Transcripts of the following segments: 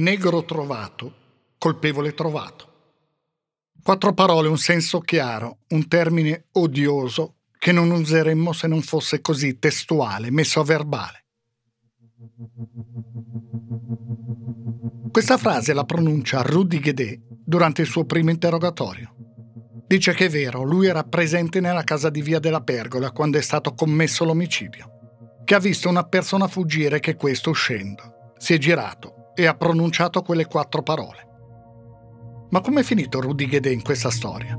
negro trovato, colpevole trovato. 4 parole, un senso chiaro, un termine odioso che non useremmo se non fosse così testuale, messo a verbale. Questa frase la pronuncia Rudy Guédé durante il suo primo interrogatorio. Dice che è vero, lui era presente nella casa di Via della Pergola quando è stato commesso l'omicidio, che ha visto una persona fuggire e che questo, uscendo, si è girato e ha pronunciato quelle 4 parole. Ma com'è finito Rudy Guédé in questa storia?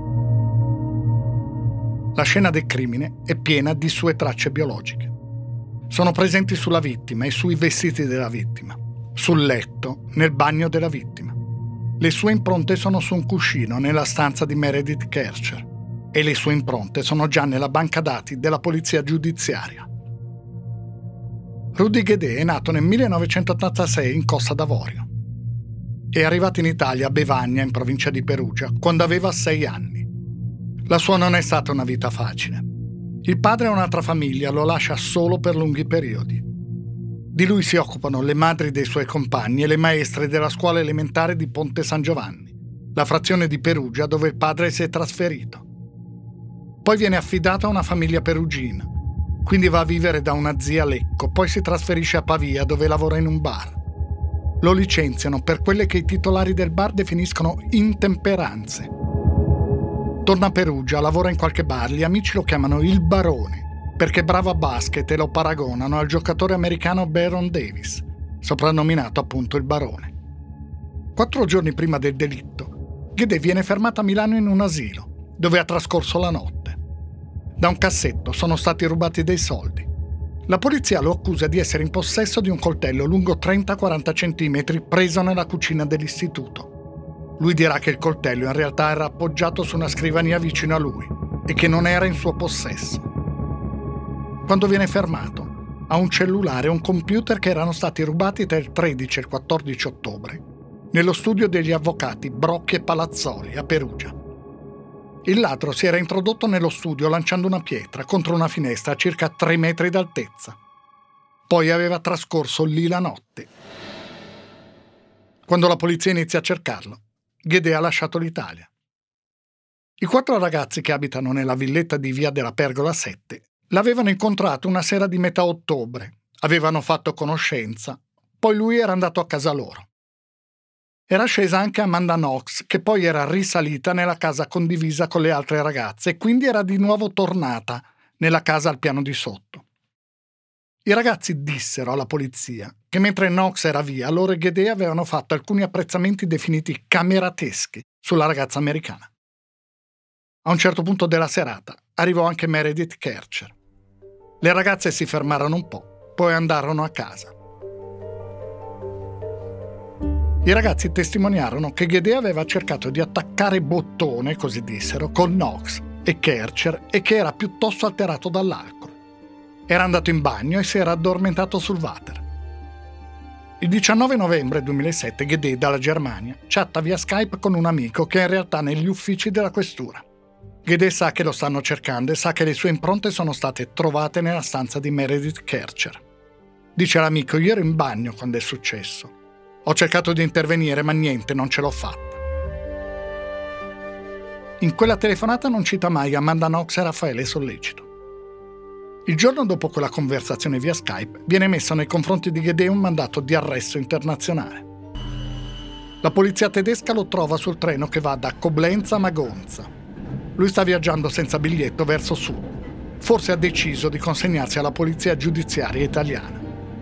La scena del crimine è piena di sue tracce biologiche. Sono presenti sulla vittima e sui vestiti della vittima, sul letto, nel bagno della vittima. Le sue impronte sono su un cuscino nella stanza di Meredith Kercher e le sue impronte sono già nella banca dati della polizia giudiziaria. Rudy Guédé è nato nel 1986 in Costa d'Avorio. È arrivato in Italia a Bevagna, in provincia di Perugia, quando aveva 6 anni. La sua non è stata una vita facile. Il padre ha un'altra famiglia, lo lascia solo per lunghi periodi. Di lui si occupano le madri dei suoi compagni e le maestre della scuola elementare di Ponte San Giovanni, la frazione di Perugia dove il padre si è trasferito. Poi viene affidato a una famiglia perugina, quindi va a vivere da una zia a Lecco, poi si trasferisce a Pavia dove lavora in un bar. Lo licenziano per quelle che i titolari del bar definiscono intemperanze. Torna a Perugia, lavora in qualche bar, gli amici lo chiamano il Barone, perché è bravo a basket e lo paragonano al giocatore americano Baron Davis, soprannominato appunto il Barone. 4 giorni prima del delitto, Guédé viene fermato a Milano in un asilo, dove ha trascorso la notte. Da un cassetto sono stati rubati dei soldi. La polizia lo accusa di essere in possesso di un coltello lungo 30-40 cm preso nella cucina dell'istituto. Lui dirà che il coltello in realtà era appoggiato su una scrivania vicino a lui e che non era in suo possesso. Quando viene fermato, ha un cellulare e un computer che erano stati rubati tra il 13 e il 14 ottobre nello studio degli avvocati Brocchi e Palazzoli a Perugia. Il ladro si era introdotto nello studio lanciando una pietra contro una finestra a circa 3 metri d'altezza. Poi aveva trascorso lì la notte. Quando la polizia inizia a cercarlo, Guédé ha lasciato l'Italia. I 4 ragazzi che abitano nella villetta di Via della Pergola 7 l'avevano incontrato una sera di metà ottobre, avevano fatto conoscenza, poi lui era andato a casa loro. Era scesa anche Amanda Knox, che poi era risalita nella casa condivisa con le altre ragazze e quindi era di nuovo tornata nella casa al piano di sotto. I ragazzi dissero alla polizia che mentre Knox era via, loro e Guédé avevano fatto alcuni apprezzamenti definiti camerateschi sulla ragazza americana. A un certo punto della serata arrivò anche Meredith Kercher. Le ragazze si fermarono un po', poi andarono a casa. I ragazzi testimoniarono che Guédé aveva cercato di attaccare bottone, così dissero, con Knox e Kercher e che era piuttosto alterato dall'alcol. Era andato in bagno e si era addormentato sul water. Il 19 novembre 2007 Guédé dalla Germania chatta via Skype con un amico che è in realtà negli uffici della questura. Guédé sa che lo stanno cercando e sa che le sue impronte sono state trovate nella stanza di Meredith Kercher. Dice all'amico: io ero in bagno quando è successo. Ho cercato di intervenire ma niente, non ce l'ho fatta. In quella telefonata non cita mai Amanda Knox e Raffaele Sollecito. Il giorno dopo quella conversazione via Skype viene messo nei confronti di Guédé un mandato di arresto internazionale. La polizia tedesca lo trova sul treno che va da Coblenza a Magonza. Lui sta viaggiando senza biglietto verso sud. Forse ha deciso di consegnarsi alla polizia giudiziaria italiana.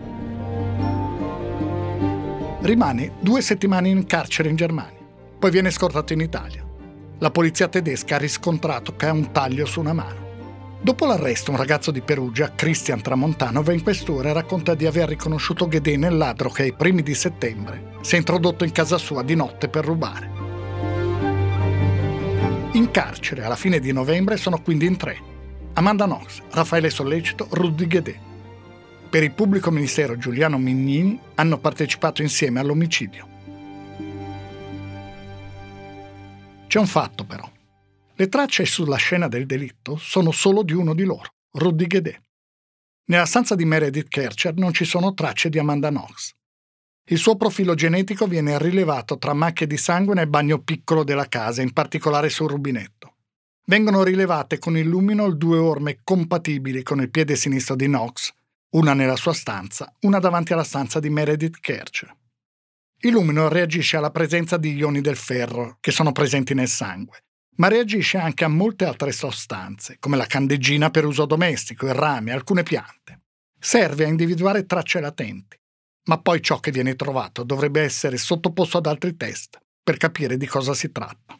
Rimane 2 settimane in carcere in Germania, poi viene scortato in Italia. La polizia tedesca ha riscontrato che ha un taglio su una mano. Dopo l'arresto, un ragazzo di Perugia, Christian Tramontano, va in questura e racconta di aver riconosciuto Guédé nel ladro che ai primi di settembre si è introdotto in casa sua di notte per rubare. In carcere alla fine di novembre sono quindi in 3: Amanda Knox, Raffaele Sollecito, Rudy Guédé. Per il pubblico ministero Giuliano Mignini hanno partecipato insieme all'omicidio. C'è un fatto però. Le tracce sulla scena del delitto sono solo di uno di loro, Rudy Guédé. Nella stanza di Meredith Kercher non ci sono tracce di Amanda Knox. Il suo profilo genetico viene rilevato tra macchie di sangue nel bagno piccolo della casa, in particolare sul rubinetto. Vengono rilevate con il luminol 2 orme compatibili con il piede sinistro di Knox, una nella sua stanza, una davanti alla stanza di Meredith Kercher. Il luminol reagisce alla presenza di ioni del ferro che sono presenti nel sangue, ma reagisce anche a molte altre sostanze, come la candeggina per uso domestico, il rame, alcune piante. Serve a individuare tracce latenti, ma poi ciò che viene trovato dovrebbe essere sottoposto ad altri test per capire di cosa si tratta.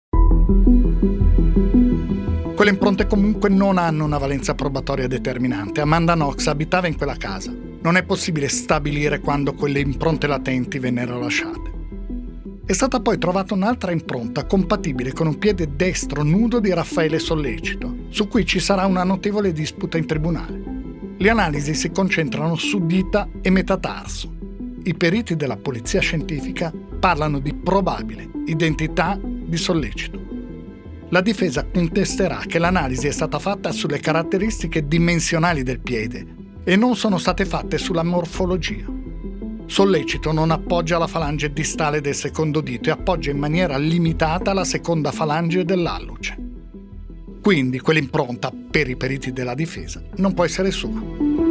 Quelle impronte comunque non hanno una valenza probatoria determinante. Amanda Knox abitava in quella casa. Non è possibile stabilire quando quelle impronte latenti vennero lasciate. È stata poi trovata un'altra impronta compatibile con un piede destro nudo di Raffaele Sollecito, su cui ci sarà una notevole disputa in tribunale. Le analisi si concentrano su dita e metatarso. I periti della polizia scientifica parlano di probabile identità di Sollecito. La difesa contesterà che l'analisi è stata fatta sulle caratteristiche dimensionali del piede e non sono state fatte sulla morfologia. Sollecito non appoggia la falange distale del secondo dito e appoggia in maniera limitata la seconda falange dell'alluce. Quindi quell'impronta, per i periti della difesa, non può essere sua.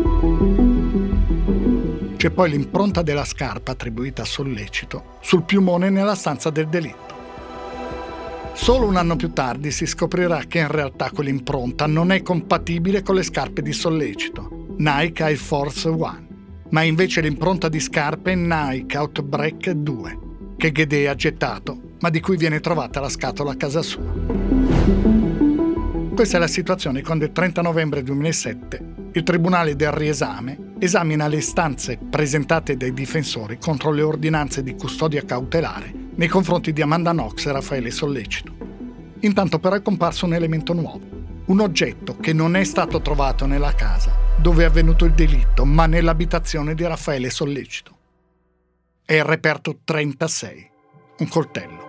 C'è poi l'impronta della scarpa attribuita a Sollecito sul piumone nella stanza del delitto. Solo un anno più tardi si scoprirà che in realtà quell'impronta non è compatibile con le scarpe di Sollecito, Nike Air Force One, ma invece l'impronta di scarpe Nike Outbreak 2, che Guédé ha gettato, ma di cui viene trovata la scatola a casa sua. Questa è la situazione quando il 30 novembre 2007 il Tribunale del Riesame esamina le istanze presentate dai difensori contro le ordinanze di custodia cautelare nei confronti di Amanda Knox e Raffaele Sollecito. Intanto però è comparso un elemento nuovo, un oggetto che non è stato trovato nella casa dove è avvenuto il delitto, ma nell'abitazione di Raffaele Sollecito. È il reperto 36, un coltello.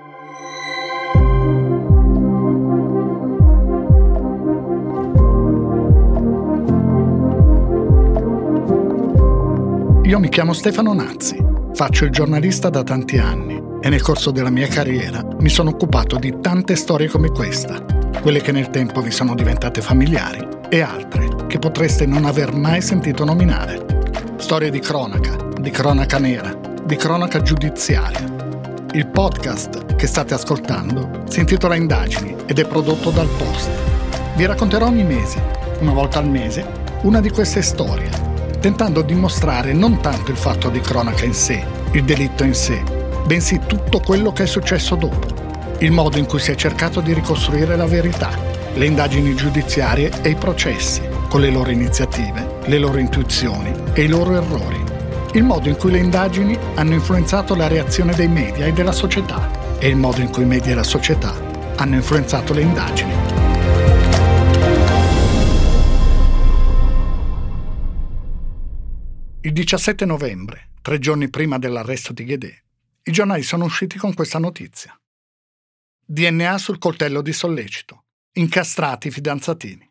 Io mi chiamo Stefano Nazzi, faccio il giornalista da tanti anni e nel corso della mia carriera mi sono occupato di tante storie come questa, quelle che nel tempo vi sono diventate familiari e altre che potreste non aver mai sentito nominare. Storie di cronaca nera, di cronaca giudiziaria. Il podcast che state ascoltando si intitola Indagini ed è prodotto dal Post. Vi racconterò ogni mese, una volta al mese, una di queste storie, tentando di mostrare non tanto il fatto di cronaca in sé, il delitto in sé, bensì tutto quello che è successo dopo, il modo in cui si è cercato di ricostruire la verità, le indagini giudiziarie e i processi, con le loro iniziative, le loro intuizioni e i loro errori, il modo in cui le indagini hanno influenzato la reazione dei media e della società e il modo in cui i media e la società hanno influenzato le indagini. Il 17 novembre, 3 giorni prima dell'arresto di Guédé, i giornali sono usciti con questa notizia. DNA sul coltello di Sollecito. Incastrati i fidanzatini.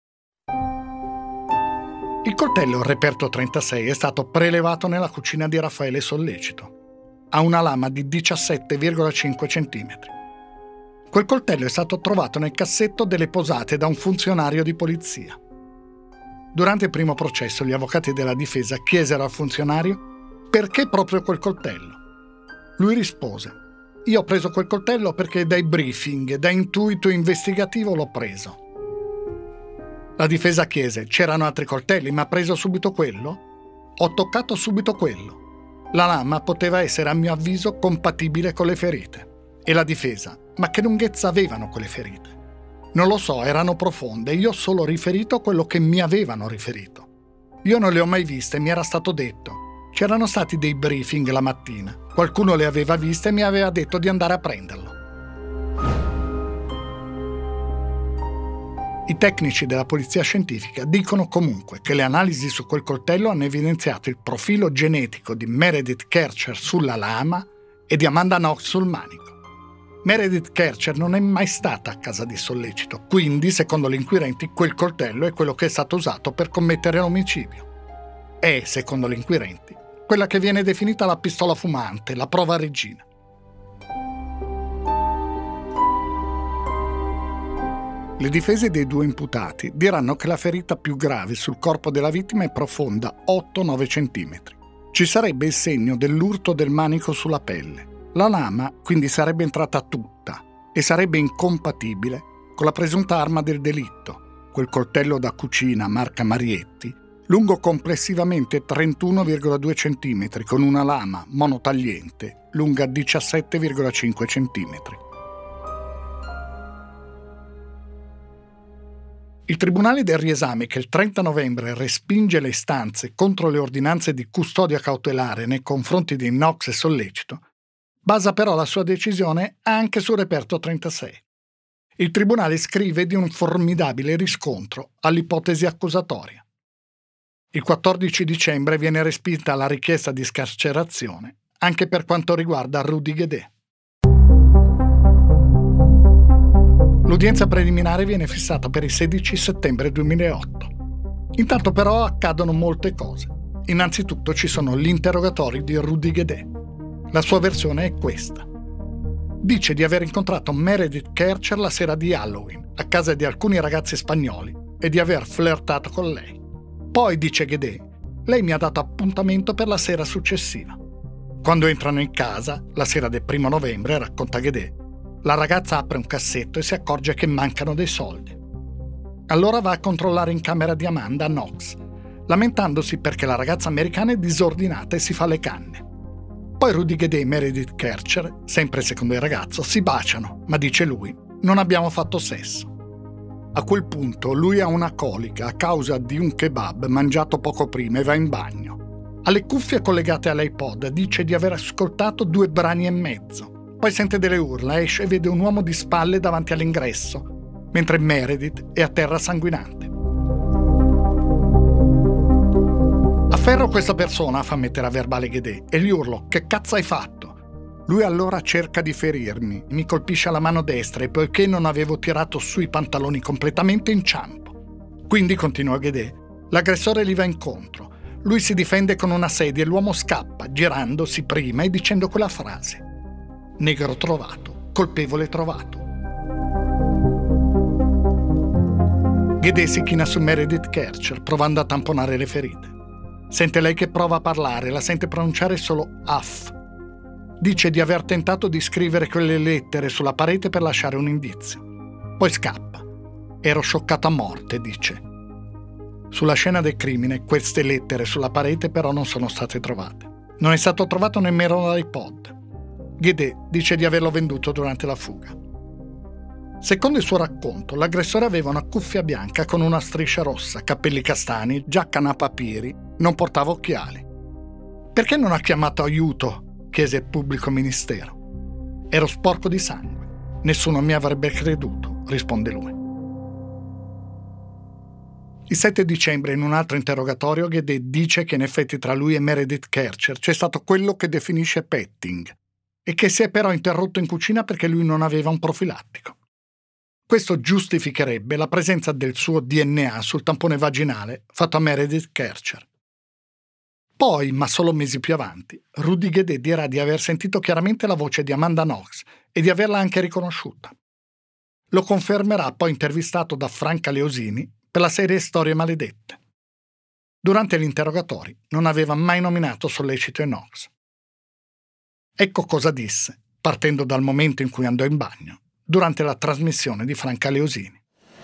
Il coltello reperto 36 è stato prelevato nella cucina di Raffaele Sollecito. Ha una lama di 17,5 cm. Quel coltello è stato trovato nel cassetto delle posate da un funzionario di polizia. Durante il primo processo, gli avvocati della difesa chiesero al funzionario perché proprio quel coltello. Lui rispose: io ho preso quel coltello perché dai briefing, da intuito investigativo l'ho preso. La difesa chiese: c'erano altri coltelli, ma ha preso subito quello? Ho toccato subito quello. La lama poteva essere, a mio avviso, compatibile con le ferite. E la difesa: ma che lunghezza avevano quelle ferite? Non lo so, erano profonde, io ho solo riferito quello che mi avevano riferito. Io non le ho mai viste, mi era stato detto. C'erano stati dei briefing la mattina, qualcuno le aveva viste e mi aveva detto di andare a prenderlo. I tecnici della polizia scientifica dicono comunque che le analisi su quel coltello hanno evidenziato il profilo genetico di Meredith Kercher sulla lama e di Amanda Knox sul manico. Meredith Kercher non è mai stata a casa di Sollecito, quindi, secondo gli inquirenti, quel coltello è quello che è stato usato per commettere l'omicidio. È, secondo gli inquirenti, quella che viene definita la pistola fumante, la prova regina. Le difese dei due imputati diranno che la ferita più grave sul corpo della vittima è profonda 8-9 cm. Ci sarebbe il segno dell'urto del manico sulla pelle. La lama quindi sarebbe entrata tutta e sarebbe incompatibile con la presunta arma del delitto, quel coltello da cucina marca Marietti, lungo complessivamente 31,2 cm con una lama monotagliente lunga 17,5 cm. Il Tribunale del riesame, che il 30 novembre respinge le istanze contro le ordinanze di custodia cautelare nei confronti di Knox e Sollecito, basa però la sua decisione anche sul reperto 36. Il Tribunale scrive di un formidabile riscontro all'ipotesi accusatoria. Il 14 dicembre viene respinta la richiesta di scarcerazione anche per quanto riguarda Rudy Guedet. L'udienza preliminare viene fissata per il 16 settembre 2008. Intanto però accadono molte cose. Innanzitutto ci sono gli interrogatori di Rudy Guedet. La sua versione è questa. Dice di aver incontrato Meredith Kercher la sera di Halloween a casa di alcuni ragazzi spagnoli e di aver flirtato con lei. Poi, dice Guedet, lei mi ha dato appuntamento per la sera successiva. Quando entrano in casa, la sera del 1 novembre, racconta Guedet, la ragazza apre un cassetto e si accorge che mancano dei soldi. Allora va a controllare in camera di Amanda Knox, lamentandosi perché la ragazza americana è disordinata e si fa le canne. Poi Rudy Guedet e Meredith Kercher, sempre secondo il ragazzo, si baciano, ma dice lui, non abbiamo fatto sesso. A quel punto lui ha una colica a causa di un kebab mangiato poco prima e va in bagno. Alle cuffie collegate all'iPod dice di aver ascoltato 2 brani e mezzo. Poi sente delle urla, esce e vede un uomo di spalle davanti all'ingresso, mentre Meredith è a terra sanguinante. Afferro questa persona, fa mettere a verbale Guedet, e gli urlo, che cazzo hai fatto? Lui allora cerca di ferirmi, mi colpisce alla mano destra e poiché non avevo tirato su i pantaloni completamente inciampo. Quindi, continua Guedet, l'aggressore gli va incontro. Lui si difende con una sedia e l'uomo scappa, girandosi prima e dicendo quella frase. Negro trovato, colpevole trovato. Guedet si china su Meredith Kercher, provando a tamponare le ferite. Sente lei che prova a parlare, la sente pronunciare solo Aff. Dice di aver tentato di scrivere quelle lettere sulla parete per lasciare un indizio. Poi scappa. Ero scioccata a morte, dice. Sulla scena del crimine, queste lettere sulla parete però non sono state trovate. Non è stato trovato nemmeno l'iPod. Guedet dice di averlo venduto durante la fuga. Secondo il suo racconto, l'aggressore aveva una cuffia bianca con una striscia rossa, capelli castani, giacca napapiri, non portava occhiali. Perché non ha chiamato aiuto? Chiese il pubblico ministero. Ero sporco di sangue. Nessuno mi avrebbe creduto, risponde lui. Il 7 dicembre, in un altro interrogatorio, Guedet dice che in effetti tra lui e Meredith Kercher c'è stato quello che definisce petting, e che si è però interrotto in cucina perché lui non aveva un profilattico. Questo giustificherebbe la presenza del suo DNA sul tampone vaginale fatto a Meredith Kercher. Poi, ma solo mesi più avanti, Rudy Guedet dirà di aver sentito chiaramente la voce di Amanda Knox e di averla anche riconosciuta. Lo confermerà poi intervistato da Franca Leosini per la serie Storie maledette. Durante gli interrogatori non aveva mai nominato Sollecito e Knox. Ecco cosa disse, partendo dal momento in cui andò in bagno, durante la trasmissione di Franca Leosini.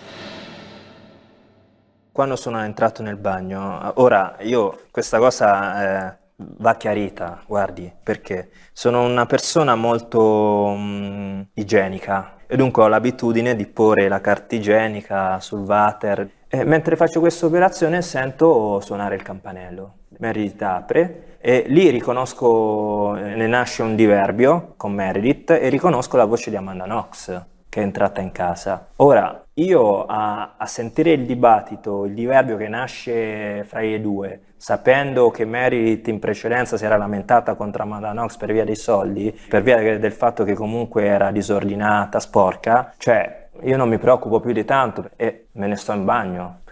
Quando sono entrato nel bagno, ora io questa cosa va chiarita, guardi, perché sono una persona molto igienica e dunque ho l'abitudine di porre la carta igienica sul water. E mentre faccio questa operazione sento suonare il campanello. Meredith apre e lì riconosco, ne nasce un diverbio con Meredith e riconosco la voce di Amanda Knox che è entrata in casa. Ora, io a sentire il dibattito, il diverbio che nasce fra i due, sapendo che Meredith in precedenza si era lamentata contro Amanda Knox per via dei soldi, per via del fatto che comunque era disordinata, sporca, cioè io non mi preoccupo più di tanto e me ne sto in bagno, perché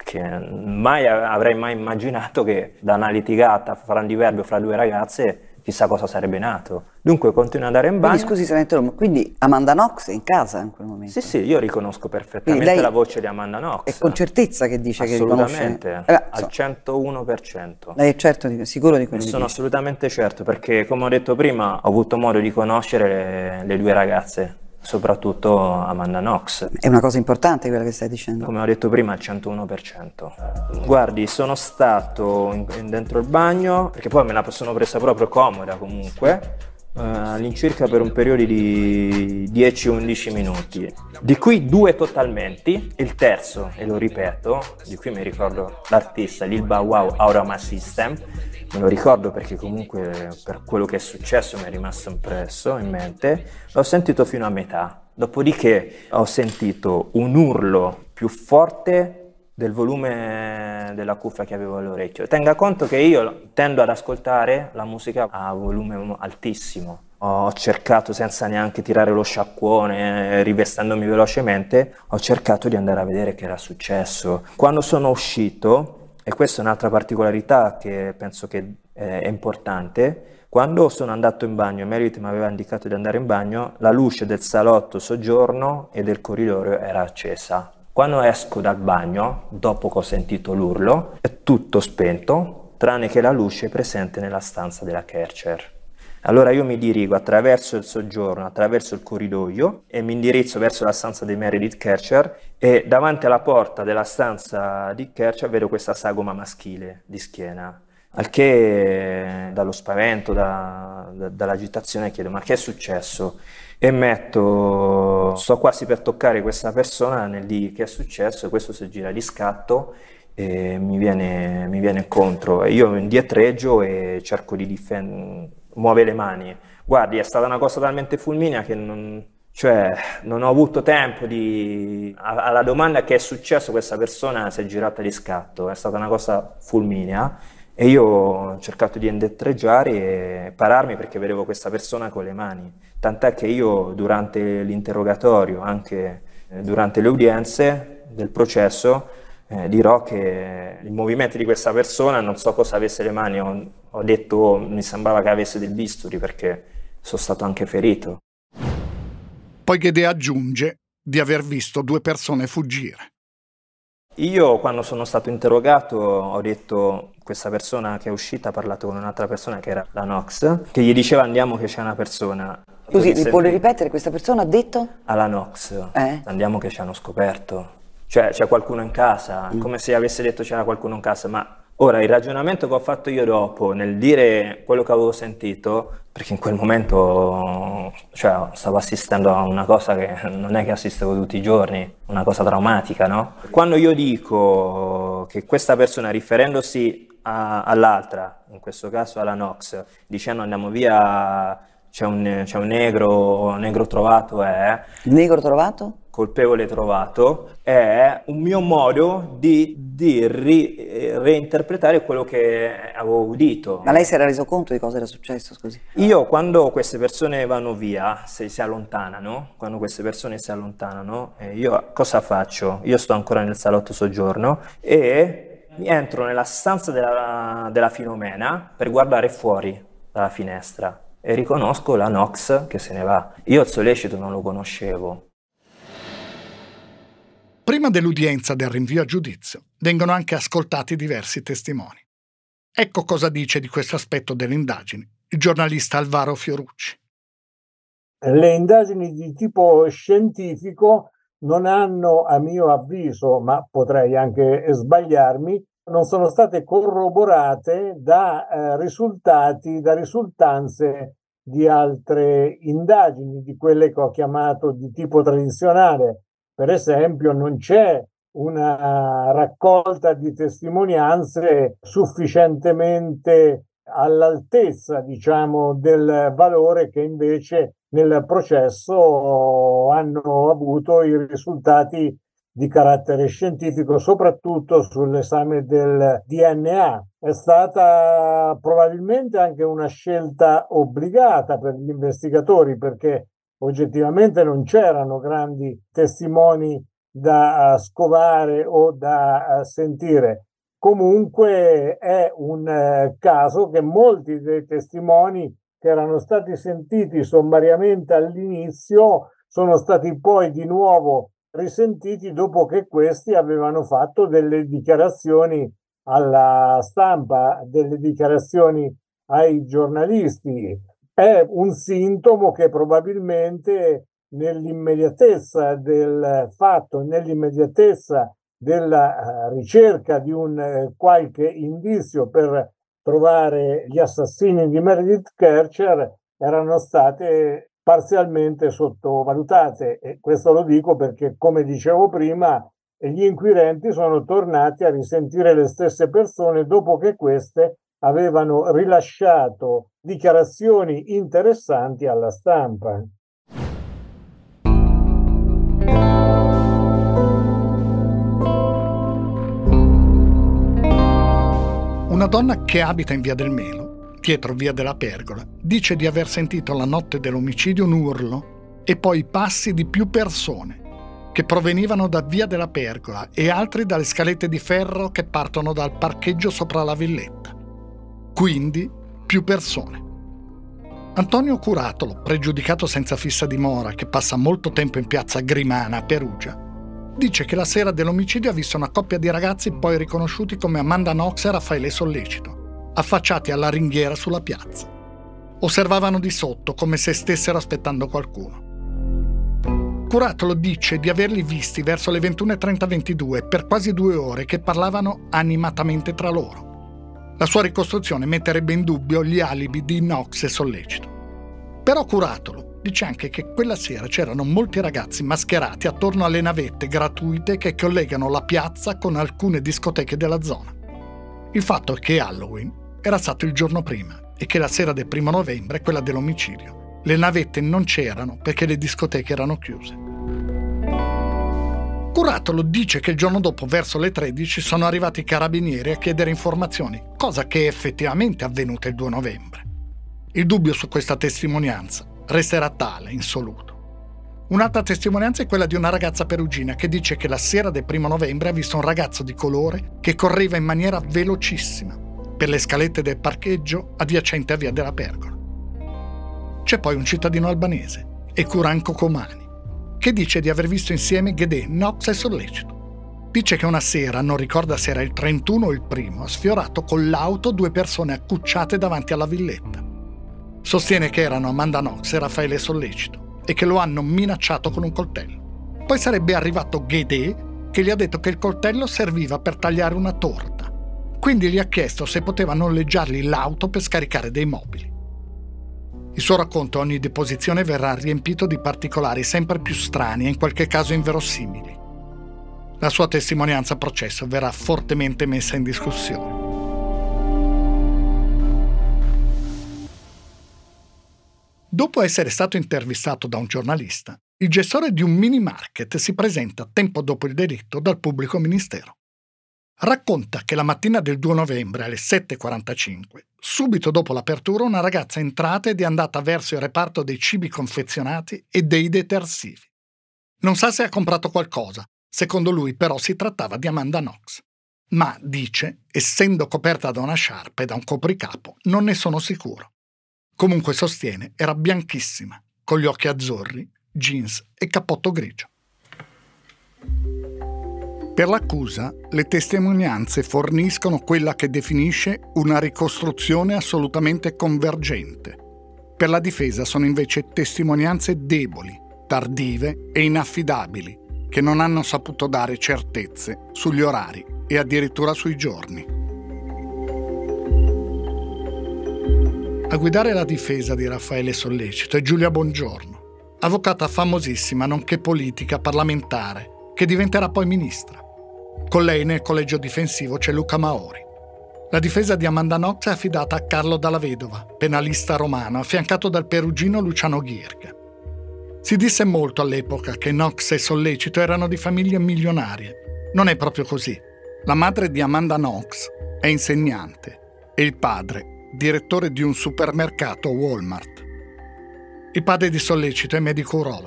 che avrei mai immaginato che da una litigata fra un diverbio fra due ragazze chissà cosa sarebbe nato. Dunque continua ad andare in bagno. Quindi scusi se metto, quindi Amanda Knox è in casa in quel momento? Sì, io riconosco perfettamente la voce di Amanda Knox. È con certezza che dice che riconosce? Assolutamente, al 101%. Lei è sicuro di quello che dice? Sono assolutamente certo, perché come ho detto prima, ho avuto modo di conoscere le due ragazze, soprattutto Amanda Knox. È una cosa importante quella che stai dicendo. Come ho detto prima, al 101%. Guardi, sono stato dentro il bagno, perché poi me la sono presa proprio comoda comunque, all'incirca per un periodo di 10-11 minuti, di cui 2 totalmente. Il terzo, e lo ripeto, di cui mi ricordo l'artista Lil Bow Wow, Out of My System, me lo ricordo perché comunque per quello che è successo mi è rimasto impresso in mente, l'ho sentito fino a metà, dopodiché ho sentito un urlo più forte del volume della cuffia che avevo all'orecchio. Tenga conto che io tendo ad ascoltare la musica a volume altissimo. Ho cercato, senza neanche tirare lo sciacquone, rivestendomi velocemente, ho cercato di andare a vedere che era successo. Quando sono uscito, e questa è un'altra particolarità che penso che è importante, quando sono andato in bagno, Meredith mi aveva indicato di andare in bagno, la luce del salotto soggiorno e del corridoio era accesa. Quando esco dal bagno, dopo che ho sentito l'urlo, è tutto spento, tranne che la luce presente nella stanza della Kercher. Allora io mi dirigo attraverso il soggiorno, attraverso il corridoio e mi indirizzo verso la stanza di Meredith Kercher e davanti alla porta della stanza di Kercher vedo questa sagoma maschile di schiena. Al che dallo spavento, dall'agitazione chiedo ma che è successo? E sto quasi per toccare questa persona nel dire che è successo e questo si gira di scatto e mi viene incontro e io indietreggio e cerco di muove le mani. Guardi, è stata una cosa talmente fulminea che non ho avuto tempo alla domanda che è successo, questa persona si è girata di scatto, è stata una cosa fulminea. E io ho cercato di indietreggiare e pararmi perché vedevo questa persona con le mani, tant'è che io durante l'interrogatorio, anche durante le udienze del processo, dirò che il movimento di questa persona, non so cosa avesse le mani, ho detto mi sembrava che avesse del bisturi perché sono stato anche ferito. Poi Ghedè aggiunge di aver visto 2 persone fuggire. Io quando sono stato interrogato ho detto questa persona che è uscita ha parlato con un'altra persona che era la Knox, che gli diceva andiamo che c'è una persona. Scusi, vuole ripetere, questa persona ha detto? Alla Knox, andiamo che ci hanno scoperto, cioè c'è qualcuno in casa, come se avesse detto c'era qualcuno in casa, ma ora il ragionamento che ho fatto io dopo nel dire quello che avevo sentito, perché in quel momento stavo assistendo a una cosa che non è che assistevo tutti i giorni, una cosa traumatica, no? Quando io dico che questa persona riferendosi all'altra, in questo caso alla Knox, dicendo andiamo via, c'è un negro trovato Negro trovato? Colpevole trovato, è un mio modo di reinterpretare quello che avevo udito. Ma lei si era reso conto di cosa era successo, scusi? Io quando queste persone vanno via, se si allontanano, io cosa faccio? Io sto ancora nel salotto soggiorno e entro nella stanza della Filomena per guardare fuori dalla finestra e riconosco la Knox che se ne va. Io il sollecito non lo conoscevo. Prima dell'udienza del rinvio a giudizio vengono anche ascoltati diversi testimoni. Ecco cosa dice di questo aspetto delle indagini il giornalista Alvaro Fiorucci. Le indagini di tipo scientifico non hanno, a mio avviso, ma potrei anche sbagliarmi, non sono state corroborate da risultanze di altre indagini, di quelle che ho chiamato di tipo tradizionale. Per esempio, non c'è una raccolta di testimonianze sufficientemente all'altezza, diciamo, del valore che invece nel processo hanno avuto i risultati di carattere scientifico, soprattutto sull'esame del DNA. È stata probabilmente anche una scelta obbligata per gli investigatori, perché oggettivamente non c'erano grandi testimoni da scovare o da sentire. Comunque è un caso che molti dei testimoni che erano stati sentiti sommariamente all'inizio sono stati poi di nuovo risentiti dopo che questi avevano fatto delle dichiarazioni alla stampa, delle dichiarazioni ai giornalisti. È un sintomo che probabilmente nell'immediatezza del fatto, nell'immediatezza della ricerca di un qualche indizio per trovare gli assassini di Meredith Kercher, erano state parzialmente sottovalutate, e questo lo dico perché, come dicevo prima, gli inquirenti sono tornati a risentire le stesse persone dopo che queste avevano rilasciato dichiarazioni interessanti alla stampa. Una donna che abita in Via del Melo, dietro Via della Pergola, dice di aver sentito la notte dell'omicidio un urlo e poi passi di più persone che provenivano da Via della Pergola e altri dalle scalette di ferro che partono dal parcheggio sopra la villetta. Quindi più persone. Antonio Curatolo, pregiudicato senza fissa dimora che passa molto tempo in piazza Grimana a Perugia, dice che la sera dell'omicidio ha visto una coppia di ragazzi poi riconosciuti come Amanda Knox e Raffaele Sollecito, affacciati alla ringhiera sulla piazza. Osservavano di sotto come se stessero aspettando qualcuno. Curatolo dice di averli visti verso le 21:30-22 per quasi 2 ore che parlavano animatamente tra loro. La sua ricostruzione metterebbe in dubbio gli alibi di Knox e Sollecito. Però Curatolo dice anche che quella sera c'erano molti ragazzi mascherati attorno alle navette gratuite che collegano la piazza con alcune discoteche della zona. Il fatto è che Halloween era stato il giorno prima e che la sera del 1 novembre, quella dell'omicidio, le navette non c'erano perché le discoteche erano chiuse. Curatolo dice che il giorno dopo, verso le 13, sono arrivati i carabinieri a chiedere informazioni, cosa che è effettivamente avvenuta il 2 novembre. Il dubbio su questa testimonianza resterà tale, insoluto. Un'altra testimonianza è quella di una ragazza perugina che dice che la sera del 1 novembre ha visto un ragazzo di colore che correva in maniera velocissima per le scalette del parcheggio adiacente a Via della Pergola. C'è poi un cittadino albanese, Ekuran Kokomani, che dice di aver visto insieme Ghedè, Knox e Sollecito. Dice che una sera, non ricorda se era il 31 o il 1, ha sfiorato con l'auto 2 persone accucciate davanti alla villetta. Sostiene che erano Amanda Knox e Raffaele Sollecito e che lo hanno minacciato con un coltello. Poi sarebbe arrivato Ghedè che gli ha detto che il coltello serviva per tagliare una torta. Quindi gli ha chiesto se poteva noleggiargli l'auto per scaricare dei mobili. Il suo racconto a ogni deposizione verrà riempito di particolari sempre più strani e in qualche caso inverosimili. La sua testimonianza a processo verrà fortemente messa in discussione. Dopo essere stato intervistato da un giornalista, il gestore di un mini market si presenta tempo dopo il delitto dal pubblico ministero. Racconta che la mattina del 2 novembre alle 7:45, subito dopo l'apertura, una ragazza è entrata ed è andata verso il reparto dei cibi confezionati e dei detersivi. Non sa se ha comprato qualcosa, secondo lui però si trattava di Amanda Knox. Ma, dice, essendo coperta da una sciarpa e da un copricapo, non ne sono sicuro. Comunque sostiene, era bianchissima, con gli occhi azzurri, jeans e cappotto grigio. Per l'accusa, le testimonianze forniscono quella che definisce una ricostruzione assolutamente convergente. Per la difesa sono invece testimonianze deboli, tardive e inaffidabili, che non hanno saputo dare certezze sugli orari e addirittura sui giorni. A guidare la difesa di Raffaele Sollecito è Giulia Bongiorno, avvocata famosissima nonché politica parlamentare, che diventerà poi ministra. Con lei nel collegio difensivo c'è Luca Maori. La difesa di Amanda Knox è affidata a Carlo Dalla Vedova, penalista romano, affiancato dal perugino Luciano Ghirga. Si disse molto all'epoca che Knox e Sollecito erano di famiglie milionarie. Non è proprio così. La madre di Amanda Knox è insegnante e il padre direttore di un supermercato Walmart. Il padre di Sollecito è medico urologo.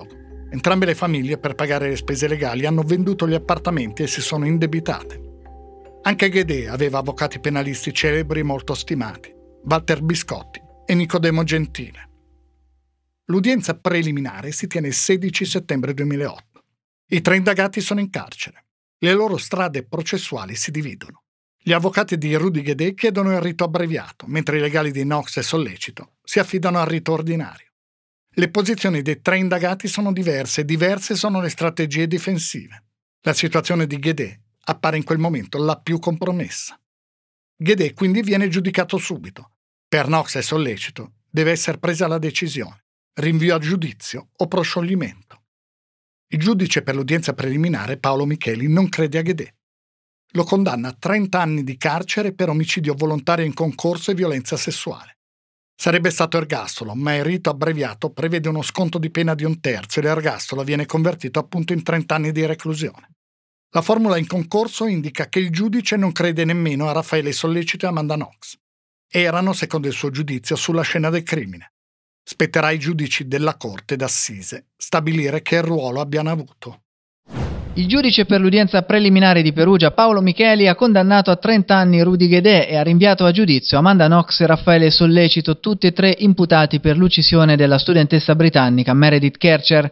Entrambe le famiglie, per pagare le spese legali, hanno venduto gli appartamenti e si sono indebitate. Anche Guédé aveva avvocati penalisti celebri molto stimati, Walter Biscotti e Nicodemo Gentile. L'udienza preliminare si tiene il 16 settembre 2008. I 3 indagati sono in carcere. Le loro strade processuali si dividono. Gli avvocati di Rudy Guédé chiedono il rito abbreviato, mentre i legali di Knox e Sollecito si affidano al rito ordinario. Le posizioni dei 3 indagati sono diverse e diverse sono le strategie difensive. La situazione di Guédé appare in quel momento la più compromessa. Guédé quindi viene giudicato subito. Per Knox e Sollecito deve essere presa la decisione: rinvio a giudizio o proscioglimento. Il giudice per l'udienza preliminare, Paolo Micheli, non crede a Guédé. Lo condanna a 30 anni di carcere per omicidio volontario in concorso e violenza sessuale. Sarebbe stato ergastolo, ma il rito abbreviato prevede uno sconto di pena di 1/3 e l'ergastolo viene convertito appunto in 30 anni di reclusione. La formula in concorso indica che il giudice non crede nemmeno a Raffaele Sollecito e Amanda Knox. Erano, secondo il suo giudizio, sulla scena del crimine. Spetterà ai giudici della Corte d'Assise stabilire che ruolo abbiano avuto. Il giudice per l'udienza preliminare di Perugia, Paolo Micheli, ha condannato a 30 anni Rudy Guédé e ha rinviato a giudizio Amanda Knox e Raffaele Sollecito, tutti e 3 imputati per l'uccisione della studentessa britannica Meredith Kercher.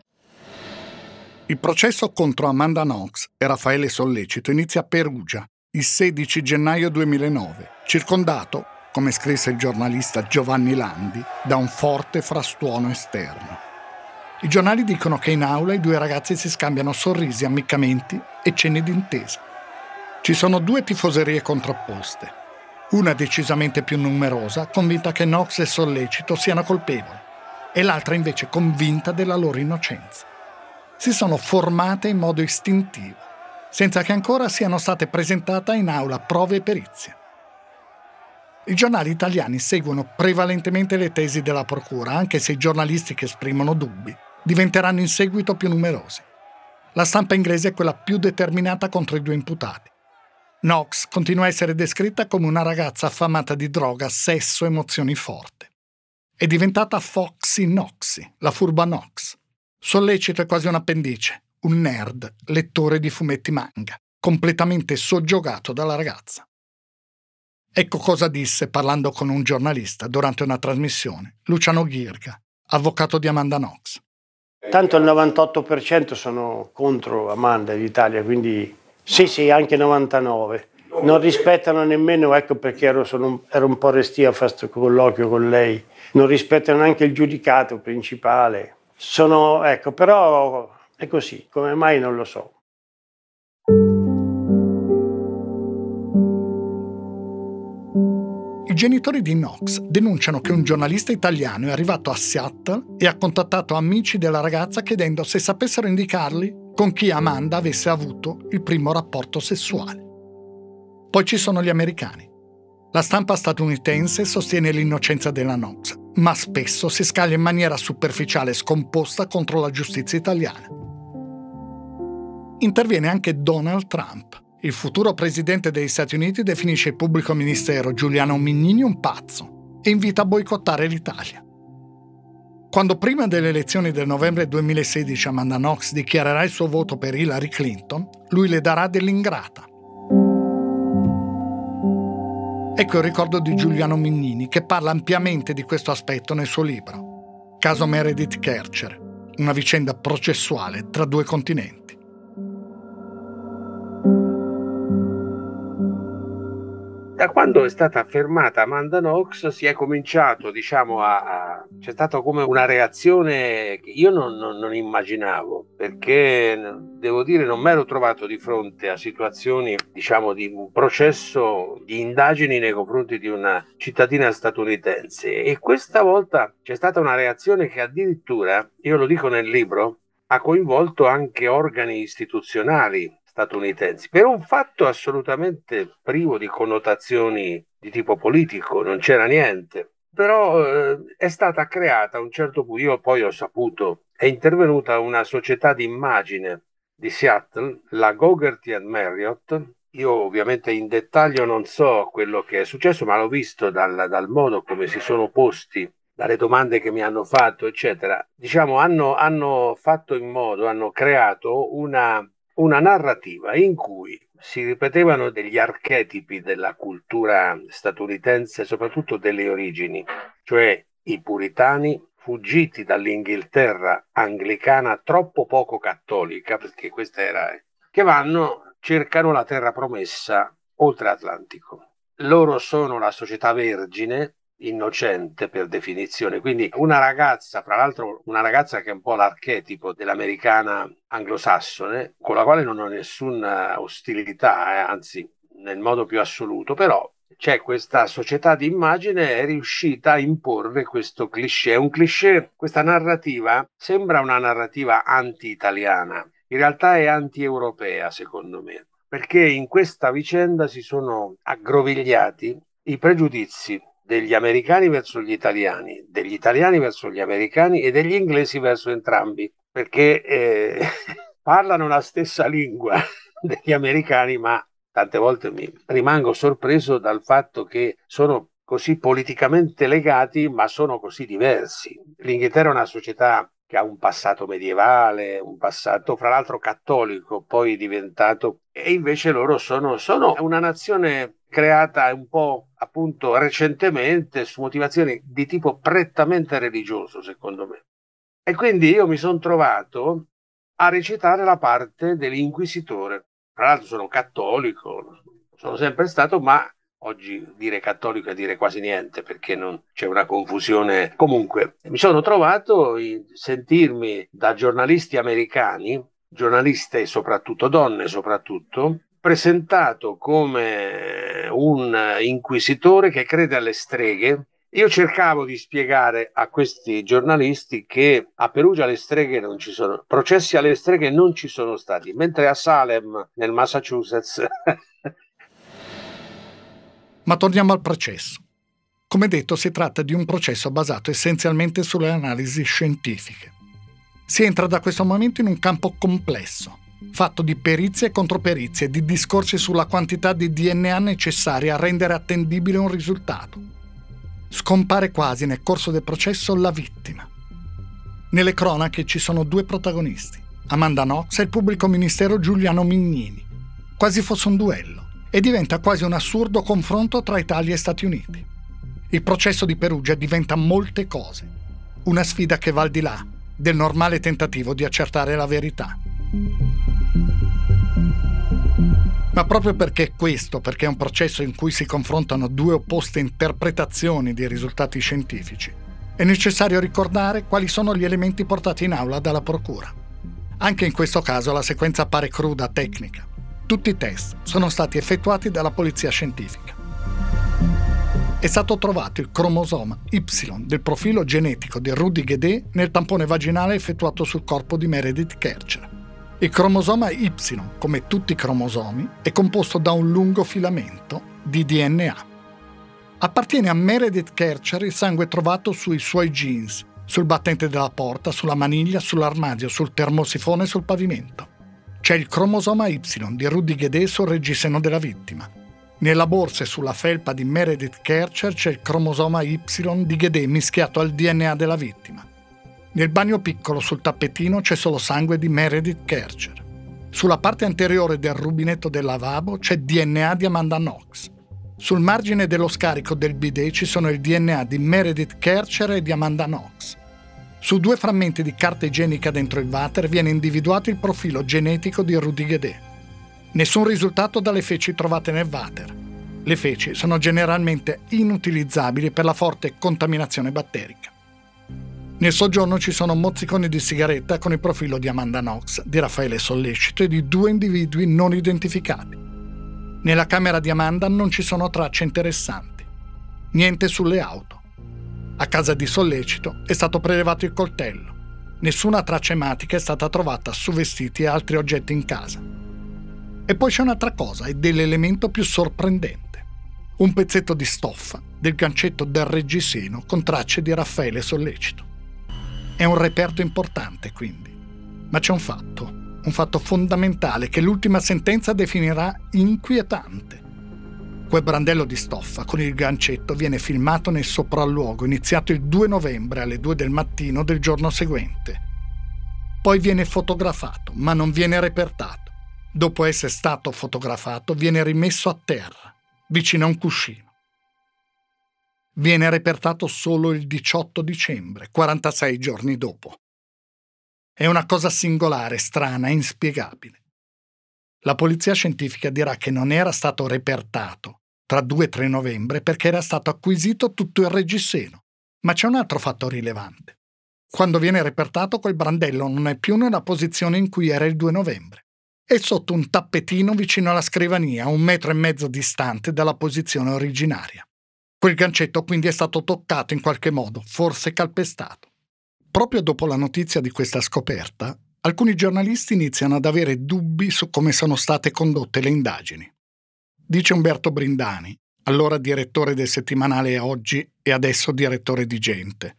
Il processo contro Amanda Knox e Raffaele Sollecito inizia a Perugia il 16 gennaio 2009, circondato, come scrisse il giornalista Giovanni Landi, da un forte frastuono esterno. I giornali dicono che in aula i 2 ragazzi si scambiano sorrisi, ammiccamenti e cenni d'intesa. Ci sono 2 tifoserie contrapposte, una decisamente più numerosa, convinta che Knox e Sollecito siano colpevoli, e l'altra invece convinta della loro innocenza. Si sono formate in modo istintivo, senza che ancora siano state presentate in aula prove e perizie. I giornali italiani seguono prevalentemente le tesi della procura, anche se i giornalisti che esprimono dubbi diventeranno in seguito più numerosi. La stampa inglese è quella più determinata contro i 2 imputati. Knox continua a essere descritta come una ragazza affamata di droga, sesso, emozioni forti. È diventata Foxy Knoxy, la furba Knox. Sollecito è quasi un appendice, un nerd, lettore di fumetti manga, completamente soggiogato dalla ragazza. Ecco cosa disse, parlando con un giornalista durante una trasmissione, Luciano Ghirga, avvocato di Amanda Knox. Tanto il 98% sono contro Amanda in Italia, quindi sì, anche 99%. Non rispettano nemmeno, ecco perché ero un po' restio a fare questo colloquio con lei, non rispettano neanche il giudicato principale. Però è così, come mai non lo so. I genitori di Knox denunciano che un giornalista italiano è arrivato a Seattle e ha contattato amici della ragazza chiedendo se sapessero indicarli con chi Amanda avesse avuto il primo rapporto sessuale. Poi ci sono gli americani. La stampa statunitense sostiene l'innocenza della Knox, ma spesso si scaglia in maniera superficiale e scomposta contro la giustizia italiana. Interviene anche Donald Trump. Il futuro presidente degli Stati Uniti definisce il pubblico ministero Giuliano Mignini un pazzo e invita a boicottare l'Italia. Quando prima delle elezioni del novembre 2016 Amanda Knox dichiarerà il suo voto per Hillary Clinton, lui le darà dell'ingrata. Ecco il ricordo di Giuliano Mignini, che parla ampiamente di questo aspetto nel suo libro Caso Meredith Kercher, una vicenda processuale tra 2 continenti. Da quando è stata affermata Amanda Knox si è cominciato, c'è stata come una reazione che io non immaginavo, perché devo dire non mi ero trovato di fronte a situazioni, di un processo di indagini nei confronti di una cittadina statunitense, e questa volta c'è stata una reazione che addirittura, io lo dico nel libro, ha coinvolto anche organi istituzionali statunitensi, per un fatto assolutamente privo di connotazioni di tipo politico, non c'era niente. Però è stata creata a un certo punto, io poi ho saputo, è intervenuta una società di immagine di Seattle, la Gogerty and Marriott. Io ovviamente in dettaglio non so quello che è successo, ma l'ho visto dal modo come si sono posti dalle domande che mi hanno fatto, eccetera, diciamo, hanno fatto in modo, hanno creato una narrativa in cui si ripetevano degli archetipi della cultura statunitense, soprattutto delle origini, cioè i puritani fuggiti dall'Inghilterra anglicana troppo poco cattolica, perché questa era, che cercano la terra promessa oltre Atlantico. Loro sono la società vergine, innocente per definizione, quindi una ragazza, fra l'altro una ragazza che è un po' l'archetipo dell'americana anglosassone, con la quale non ho nessuna ostilità, anzi nel modo più assoluto, però c'è questa società di immagine, è riuscita a imporre questo cliché. È un cliché, questa narrativa sembra una narrativa anti-italiana, in realtà è anti-europea secondo me, perché in questa vicenda si sono aggrovigliati i pregiudizi degli americani verso gli italiani, degli italiani verso gli americani e degli inglesi verso entrambi, perché parlano la stessa lingua degli americani, ma tante volte mi rimango sorpreso dal fatto che sono così politicamente legati, ma sono così diversi. L'Inghilterra è una società che ha un passato medievale, un passato fra l'altro cattolico, poi diventato, e invece loro sono una nazione creata un po' appunto recentemente su motivazioni di tipo prettamente religioso, secondo me. E quindi io mi sono trovato a recitare la parte dell'inquisitore. Tra l'altro sono cattolico, sono sempre stato, ma oggi dire cattolico è dire quasi niente, perché non c'è una confusione. Comunque, mi sono trovato a sentirmi da giornalisti americani, giornaliste soprattutto donne, presentato come un inquisitore che crede alle streghe. Io cercavo di spiegare a questi giornalisti che a Perugia le streghe non ci sono, processi alle streghe non ci sono stati, mentre a Salem, nel Massachusetts. Ma torniamo al processo. Come detto, si tratta di un processo basato essenzialmente sulle analisi scientifiche. Si entra da questo momento in un campo complesso, fatto di perizie e controperizie, di discorsi sulla quantità di DNA necessaria a rendere attendibile un risultato. Scompare quasi nel corso del processo la vittima. Nelle cronache ci sono due protagonisti, Amanda Knox e il pubblico ministero Giuliano Mignini. Quasi fosse un duello, e diventa quasi un assurdo confronto tra Italia e Stati Uniti. Il processo di Perugia diventa molte cose, una sfida che va al di là del normale tentativo di accertare la verità. Ma proprio perché è un processo in cui si confrontano due opposte interpretazioni dei risultati scientifici, è necessario ricordare quali sono gli elementi portati in aula dalla procura. Anche in questo caso la sequenza appare cruda, tecnica. Tutti i test sono stati effettuati dalla polizia scientifica. È stato trovato il cromosoma Y del profilo genetico di Rudy Guedet nel tampone vaginale effettuato sul corpo di Meredith Kercher. Il cromosoma Y, come tutti i cromosomi, è composto da un lungo filamento di DNA. Appartiene a Meredith Kercher il sangue trovato sui suoi jeans, sul battente della porta, sulla maniglia, sull'armadio, sul termosifone e sul pavimento. C'è il cromosoma Y di Rudy Guedet sul reggiseno della vittima. Nella borsa e sulla felpa di Meredith Kercher c'è il cromosoma Y di Guedet mischiato al DNA della vittima. Nel bagno piccolo sul tappetino c'è solo sangue di Meredith Kercher. Sulla parte anteriore del rubinetto del lavabo c'è DNA di Amanda Knox. Sul margine dello scarico del bidet ci sono il DNA di Meredith Kercher e di Amanda Knox. Su 2 frammenti di carta igienica dentro il water viene individuato il profilo genetico di Rudy Guedet. Nessun risultato dalle feci trovate nel water. Le feci sono generalmente inutilizzabili per la forte contaminazione batterica. Nel soggiorno ci sono mozziconi di sigaretta con il profilo di Amanda Knox, di Raffaele Sollecito e di 2 individui non identificati. Nella camera di Amanda non ci sono tracce interessanti. Niente sulle auto. A casa di Sollecito è stato prelevato il coltello. Nessuna traccia ematica è stata trovata su vestiti e altri oggetti in casa. E poi c'è un'altra cosa, ed è l'elemento più sorprendente. Un pezzetto di stoffa del gancetto del reggiseno con tracce di Raffaele Sollecito. È un reperto importante, quindi. Ma c'è un fatto fondamentale che l'ultima sentenza definirà inquietante. Quel brandello di stoffa con il gancetto viene filmato nel sopralluogo iniziato il 2 novembre alle 2 del mattino del giorno seguente. Poi viene fotografato, ma non viene repertato. Dopo essere stato fotografato, viene rimesso a terra, vicino a un cuscino. Viene repertato solo il 18 dicembre, 46 giorni dopo. È una cosa singolare, strana, inspiegabile. La polizia scientifica dirà che non era stato repertato tra 2 e 3 novembre perché era stato acquisito tutto il reggiseno. Ma c'è un altro fatto rilevante. Quando viene repertato, quel brandello non è più nella posizione in cui era il 2 novembre. È sotto un tappetino vicino alla scrivania, a 1,5 metri distante dalla posizione originaria. Quel gancetto quindi è stato toccato in qualche modo, forse calpestato. Proprio dopo la notizia di questa scoperta, alcuni giornalisti iniziano ad avere dubbi su come sono state condotte le indagini. Dice Umberto Brindani, allora direttore del settimanale Oggi e adesso direttore di Gente.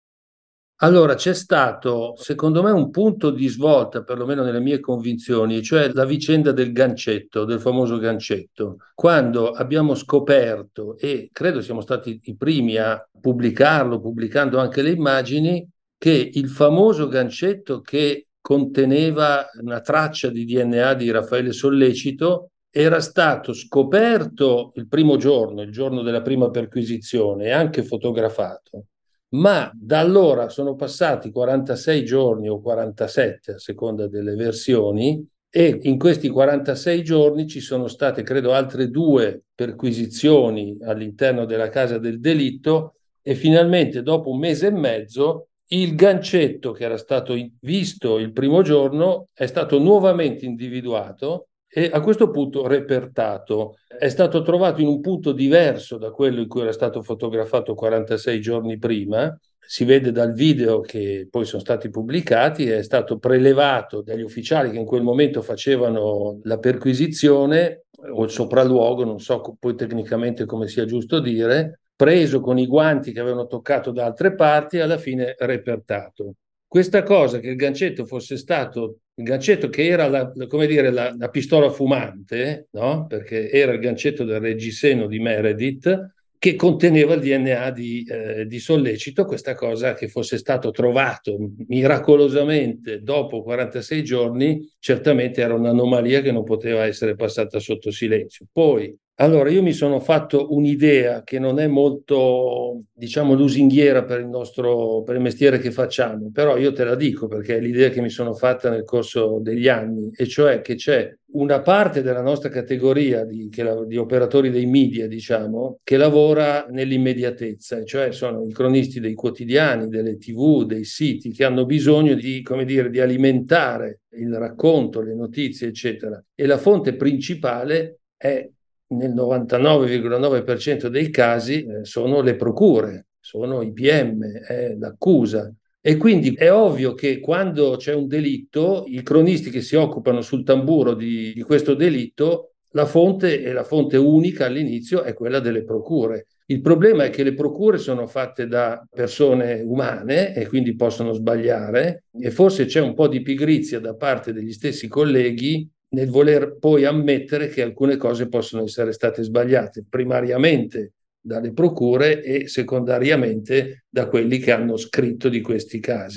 Allora, c'è stato, secondo me, un punto di svolta, perlomeno nelle mie convinzioni, cioè la vicenda del gancetto, del famoso gancetto. Quando abbiamo scoperto, e credo siamo stati i primi a pubblicarlo, pubblicando anche le immagini, che il famoso gancetto che conteneva una traccia di DNA di Raffaele Sollecito era stato scoperto il primo giorno, il giorno della prima perquisizione, e anche fotografato. Ma da allora sono passati 46 giorni o 47 a seconda delle versioni, e in questi 46 giorni ci sono state, credo, altre 2 perquisizioni all'interno della casa del delitto, e finalmente dopo 1 mese e mezzo il gancetto che era stato visto il primo giorno è stato nuovamente individuato e a questo punto repertato. È stato trovato in un punto diverso da quello in cui era stato fotografato 46 giorni prima. Si vede dal video che poi sono stati pubblicati, è stato prelevato dagli ufficiali che in quel momento facevano la perquisizione o il sopralluogo, non so poi tecnicamente come sia giusto dire, preso con i guanti che avevano toccato da altre parti e alla fine repertato. Questa cosa che il gancetto fosse stato il gancetto che era la pistola fumante, no? Perché era il gancetto del reggiseno di Meredith che conteneva il DNA di Sollecito, questa cosa che fosse stato trovato miracolosamente dopo 46 giorni, certamente era un'anomalia che non poteva essere passata sotto silenzio. Poi, allora, io mi sono fatto un'idea che non è molto, diciamo, lusinghiera per il mestiere che facciamo, però io te la dico perché è l'idea che mi sono fatta nel corso degli anni, e cioè che c'è una parte della nostra categoria di operatori dei media, diciamo, che lavora nell'immediatezza, cioè sono i cronisti dei quotidiani, delle TV, dei siti, che hanno bisogno di, come dire, di alimentare il racconto, le notizie, eccetera. E la fonte principale è, nel 99,9% dei casi, sono le procure, sono i PM, è l'accusa. E quindi è ovvio che quando c'è un delitto, i cronisti che si occupano sul tamburo di questo delitto, la fonte unica all'inizio è quella delle procure. Il problema è che le procure sono fatte da persone umane e quindi possono sbagliare, e forse c'è un po' di pigrizia da parte degli stessi colleghi nel voler poi ammettere che alcune cose possono essere state sbagliate, primariamente dalle procure e secondariamente da quelli che hanno scritto di questi casi.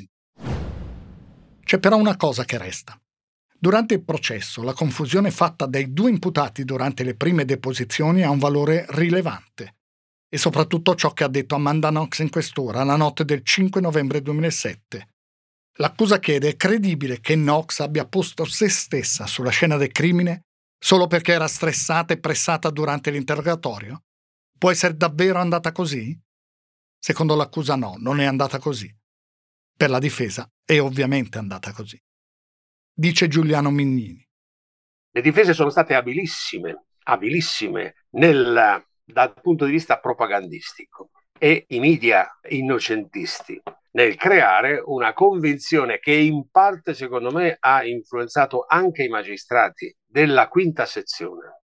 C'è però una cosa che resta. Durante il processo, la confusione fatta dai 2 imputati durante le prime deposizioni ha un valore rilevante. E soprattutto ciò che ha detto Amanda Knox in questura la notte del 5 novembre 2007. L'accusa chiede: è credibile che Knox abbia posto se stessa sulla scena del crimine solo perché era stressata e pressata durante l'interrogatorio? Può essere davvero andata così? Secondo l'accusa no, non è andata così. Per la difesa è ovviamente andata così. Dice Giuliano Mignini. Le difese sono state abilissime dal punto di vista propagandistico, e i media innocentisti nel creare una convinzione che in parte, secondo me, ha influenzato anche i magistrati della 5ª sezione.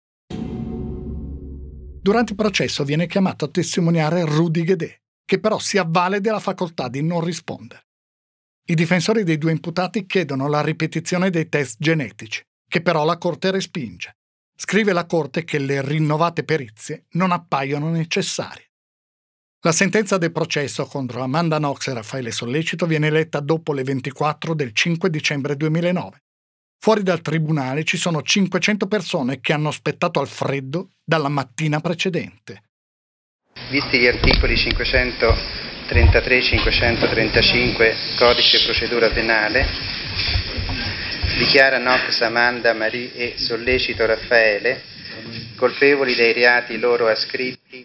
Durante il processo viene chiamato a testimoniare Rudy Guedet, che però si avvale della facoltà di non rispondere. I difensori dei 2 imputati chiedono la ripetizione dei test genetici, che però la Corte respinge. Scrive la Corte che le rinnovate perizie non appaiono necessarie. La sentenza del processo contro Amanda Knox e Raffaele Sollecito viene letta dopo le 24 del 5 dicembre 2009. Fuori dal tribunale ci sono 500 persone che hanno aspettato al freddo dalla mattina precedente. Visti gli articoli 533 e 535 Codice Procedura Penale, dichiara Knox, Amanda, Marie e Sollecito Raffaele colpevoli dei reati loro ascritti.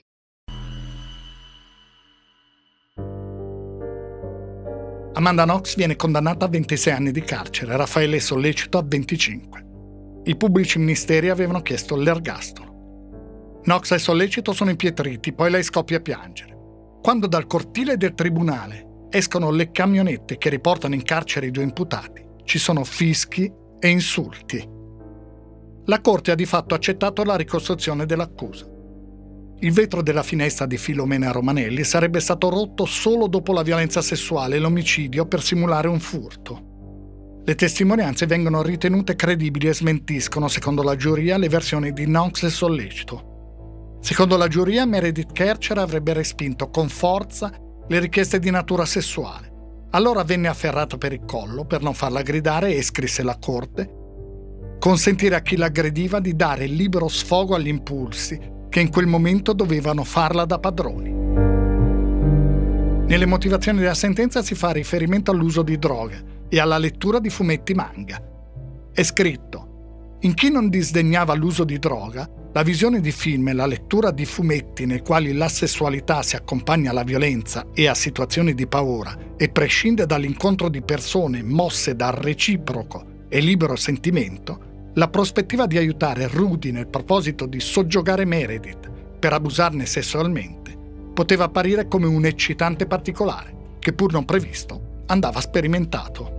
Amanda Knox viene condannata a 26 anni di carcere, Raffaele Sollecito a 25. I pubblici ministeri avevano chiesto l'ergastolo. Knox e Sollecito sono impietriti, poi lei scoppia a piangere. Quando dal cortile del tribunale escono le camionette che riportano in carcere i due imputati, ci sono fischi e insulti. La Corte ha di fatto accettato la ricostruzione dell'accusa. Il vetro della finestra di Filomena Romanelli sarebbe stato rotto solo dopo la violenza sessuale e l'omicidio per simulare un furto. Le testimonianze vengono ritenute credibili e smentiscono, secondo la giuria, le versioni di Knox e Sollecito. Secondo la giuria, Meredith Kercher avrebbe respinto con forza le richieste di natura sessuale. Allora venne afferrato per il collo per non farla gridare e scrisse la Corte: consentire a chi l'aggrediva di dare libero sfogo agli impulsi che in quel momento dovevano farla da padroni. Nelle motivazioni della sentenza si fa riferimento all'uso di droga e alla lettura di fumetti manga. È scritto: in chi non disdegnava l'uso di droga, la visione di film e la lettura di fumetti nei quali la sessualità si accompagna alla violenza e a situazioni di paura e prescinde dall'incontro di persone mosse dal reciproco e libero sentimento, la prospettiva di aiutare Rudy nel proposito di soggiogare Meredith per abusarne sessualmente poteva apparire come un eccitante particolare che, pur non previsto, andava sperimentato.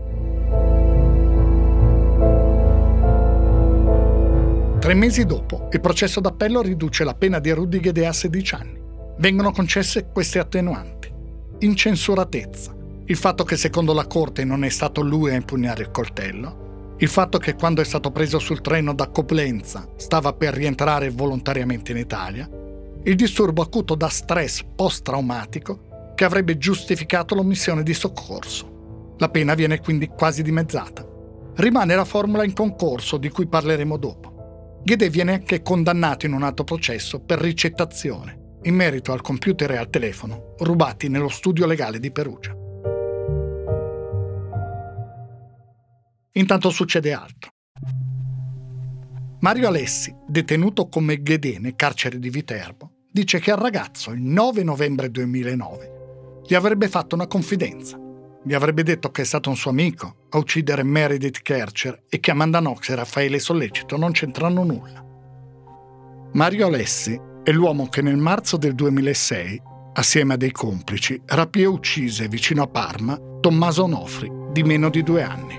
3 mesi dopo, il processo d'appello riduce la pena di Rudy Guedé a 16 anni. Vengono concesse queste attenuanti: incensuratezza, il fatto che secondo la Corte non è stato lui a impugnare il coltello, il fatto che quando è stato preso sul treno da Coblenza stava per rientrare volontariamente in Italia, il disturbo acuto da stress post-traumatico che avrebbe giustificato l'omissione di soccorso. La pena viene quindi quasi dimezzata. Rimane la formula in concorso di cui parleremo dopo. Guedé viene anche condannato in un altro processo per ricettazione, in merito al computer e al telefono rubati nello studio legale di Perugia. Intanto succede altro. Mario Alessi, detenuto come Guedé nel carcere di Viterbo, dice che al ragazzo il 9 novembre 2009 gli avrebbe fatto una confidenza. Gli avrebbe detto che è stato un suo amico a uccidere Meredith Kercher e che Amanda Knox e Raffaele Sollecito non c'entrano nulla. Mario Alessi è l'uomo che nel marzo del 2006, assieme a dei complici, rapì e uccise vicino a Parma Tommaso Onofri, di meno di 2 anni.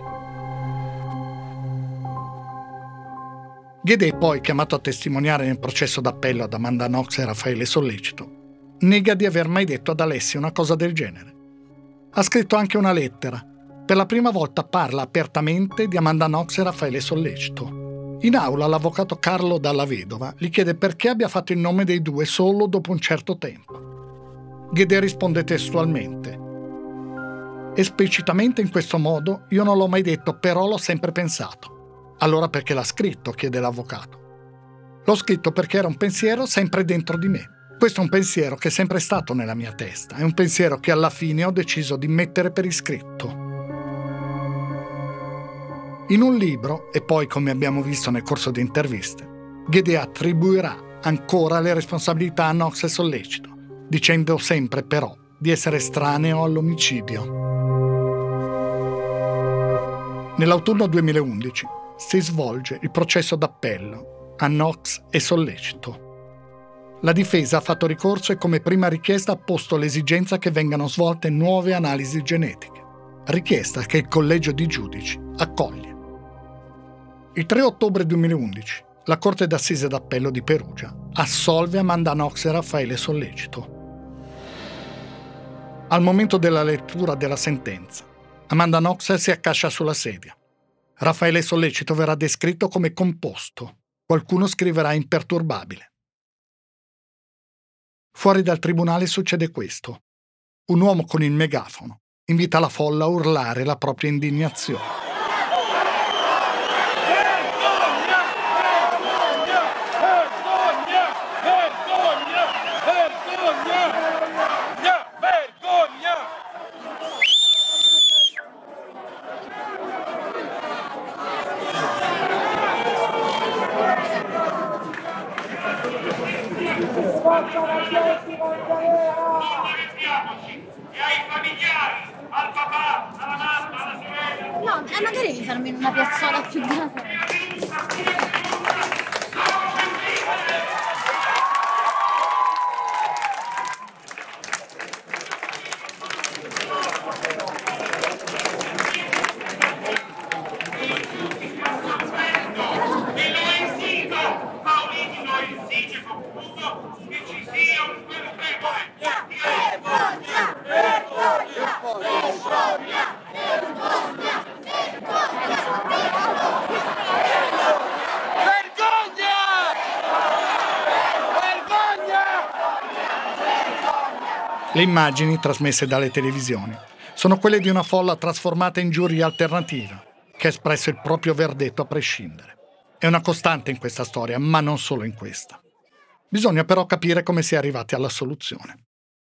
Guedé, poi chiamato a testimoniare nel processo d'appello ad Amanda Knox e Raffaele Sollecito, nega di aver mai detto ad Alessi una cosa del genere. Ha scritto anche una lettera. Per la prima volta parla apertamente di Amanda Knox e Raffaele Sollecito. In aula l'avvocato Carlo Dalla Vedova gli chiede perché abbia fatto il nome dei due solo dopo un certo tempo. Guedé risponde testualmente: esplicitamente in questo modo io non l'ho mai detto, però l'ho sempre pensato. Allora perché l'ha scritto? Chiede l'avvocato. L'ho scritto perché era un pensiero sempre dentro di me. Questo è un pensiero che è sempre stato nella mia testa. È un pensiero che alla fine ho deciso di mettere per iscritto. In un libro, e poi come abbiamo visto nel corso di interviste, Guedé attribuirà ancora le responsabilità a Knox e Sollecito, dicendo sempre però di essere estraneo all'omicidio. Nell'autunno 2011 si svolge il processo d'appello a Knox e Sollecito. La difesa ha fatto ricorso e come prima richiesta ha posto l'esigenza che vengano svolte nuove analisi genetiche, richiesta che il collegio di giudici accoglie. Il 3 ottobre 2011 la Corte d'Assise d'Appello di Perugia assolve Amanda Knox e Raffaele Sollecito. Al momento della lettura della sentenza, Amanda Knox si accascia sulla sedia. Raffaele Sollecito verrà descritto come composto. Qualcuno scriverà imperturbabile. Fuori dal tribunale succede questo. Un uomo con il megafono invita la folla a urlare la propria indignazione. No, magari devi farmi in una piazzola più grande. Le immagini trasmesse dalle televisioni sono quelle di una folla trasformata in giuria alternativa, che ha espresso il proprio verdetto a prescindere. È una costante in questa storia, ma non solo in questa. Bisogna però capire come si è arrivati alla soluzione.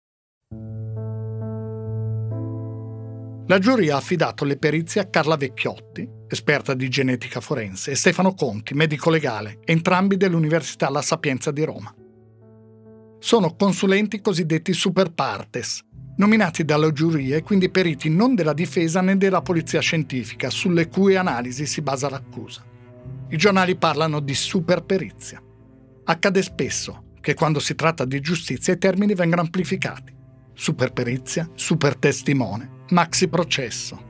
La giuria ha affidato le perizie a Carla Vecchiotti, esperta di genetica forense, e Stefano Conti, medico legale, entrambi dell'Università La Sapienza di Roma. Sono consulenti cosiddetti super partes, nominati dalla giuria e quindi periti non della difesa né della polizia scientifica, sulle cui analisi si basa l'accusa. I giornali parlano di superperizia. Accade spesso che quando si tratta di giustizia i termini vengano amplificati. Superperizia, supertestimone, maxi processo.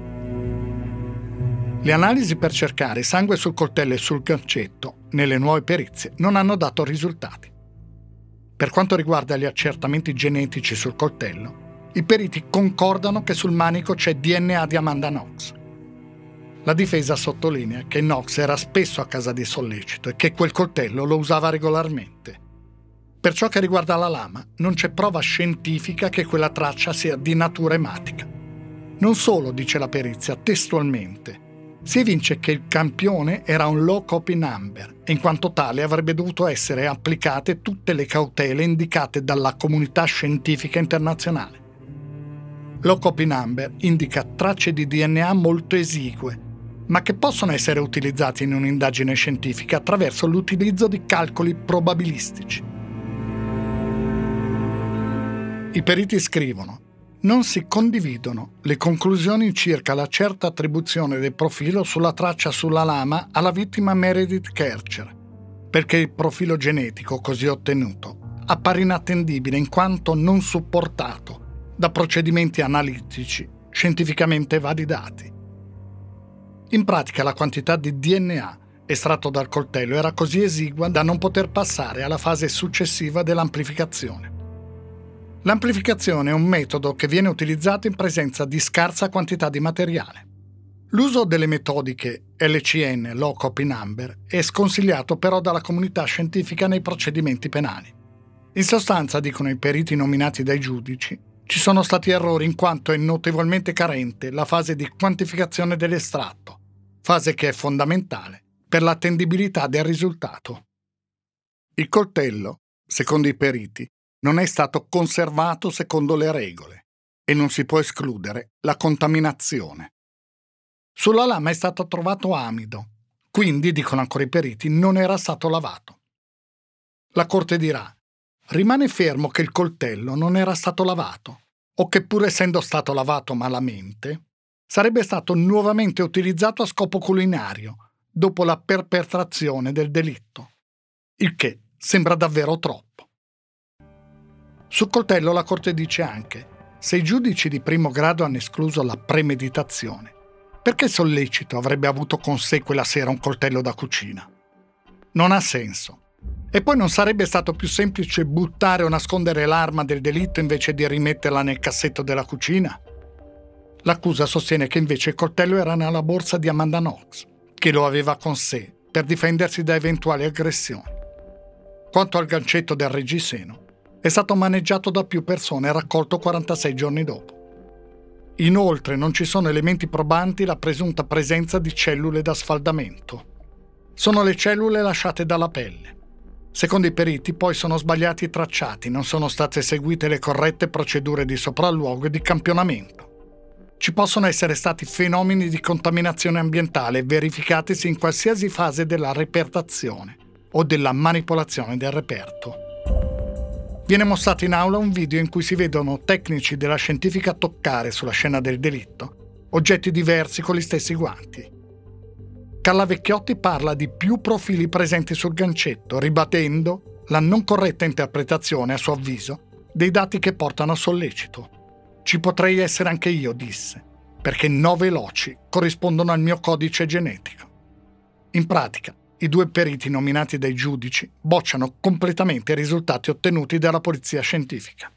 Le analisi per cercare sangue sul coltello e sul gancetto nelle nuove perizie non hanno dato risultati. Per quanto riguarda gli accertamenti genetici sul coltello, i periti concordano che sul manico c'è DNA di Amanda Knox. La difesa sottolinea che Knox era spesso a casa di Sollecito e che quel coltello lo usava regolarmente. Per ciò che riguarda la lama, non c'è prova scientifica che quella traccia sia di natura ematica. Non solo, dice la perizia, testualmente, si evince che il campione era un low copy number e in quanto tale avrebbe dovuto essere applicate tutte le cautele indicate dalla comunità scientifica internazionale. Low copy number indica tracce di DNA molto esigue, ma che possono essere utilizzate in un'indagine scientifica attraverso l'utilizzo di calcoli probabilistici. I periti scrivono: non si condividono le conclusioni circa la certa attribuzione del profilo sulla traccia sulla lama alla vittima Meredith Kercher, perché il profilo genetico così ottenuto appare inattendibile in quanto non supportato da procedimenti analitici scientificamente validati. In pratica la quantità di DNA estratto dal coltello era così esigua da non poter passare alla fase successiva dell'amplificazione. L'amplificazione è un metodo che viene utilizzato in presenza di scarsa quantità di materiale. L'uso delle metodiche LCN, Low Copy Number, è sconsigliato però dalla comunità scientifica nei procedimenti penali. In sostanza, dicono i periti nominati dai giudici, ci sono stati errori in quanto è notevolmente carente la fase di quantificazione dell'estratto, fase che è fondamentale per l'attendibilità del risultato. Il coltello, secondo i periti, non è stato conservato secondo le regole e non si può escludere la contaminazione. Sulla lama è stato trovato amido, quindi, dicono ancora i periti, non era stato lavato. La Corte dirà: rimane fermo che il coltello non era stato lavato o che pur essendo stato lavato malamente, sarebbe stato nuovamente utilizzato a scopo culinario dopo la perpetrazione del delitto, il che sembra davvero troppo. Sul coltello la Corte dice anche: se i giudici di primo grado hanno escluso la premeditazione, perché Sollecito avrebbe avuto con sé quella sera un coltello da cucina? Non ha senso. E poi non sarebbe stato più semplice buttare o nascondere l'arma del delitto invece di rimetterla nel cassetto della cucina? L'accusa sostiene che invece il coltello era nella borsa di Amanda Knox, che lo aveva con sé per difendersi da eventuali aggressioni. Quanto al gancetto del reggiseno, è stato maneggiato da più persone e raccolto 46 giorni dopo. Inoltre non ci sono elementi probanti la presunta presenza di cellule da sfaldamento. Sono le cellule lasciate dalla pelle. Secondo i periti poi sono sbagliati i tracciati, non sono state eseguite le corrette procedure di sopralluogo e di campionamento. Ci possono essere stati fenomeni di contaminazione ambientale verificatisi in qualsiasi fase della repertazione o della manipolazione del reperto. Viene mostrato in aula un video in cui si vedono tecnici della scientifica toccare sulla scena del delitto oggetti diversi con gli stessi guanti. Carla Vecchiotti parla di più profili presenti sul gancetto, ribattendo la non corretta interpretazione, a suo avviso, dei dati che portano a sollecito. Ci potrei essere anche io, disse, perché 9 loci corrispondono al mio codice genetico. In pratica, i 2 periti nominati dai giudici bocciano completamente i risultati ottenuti dalla polizia scientifica.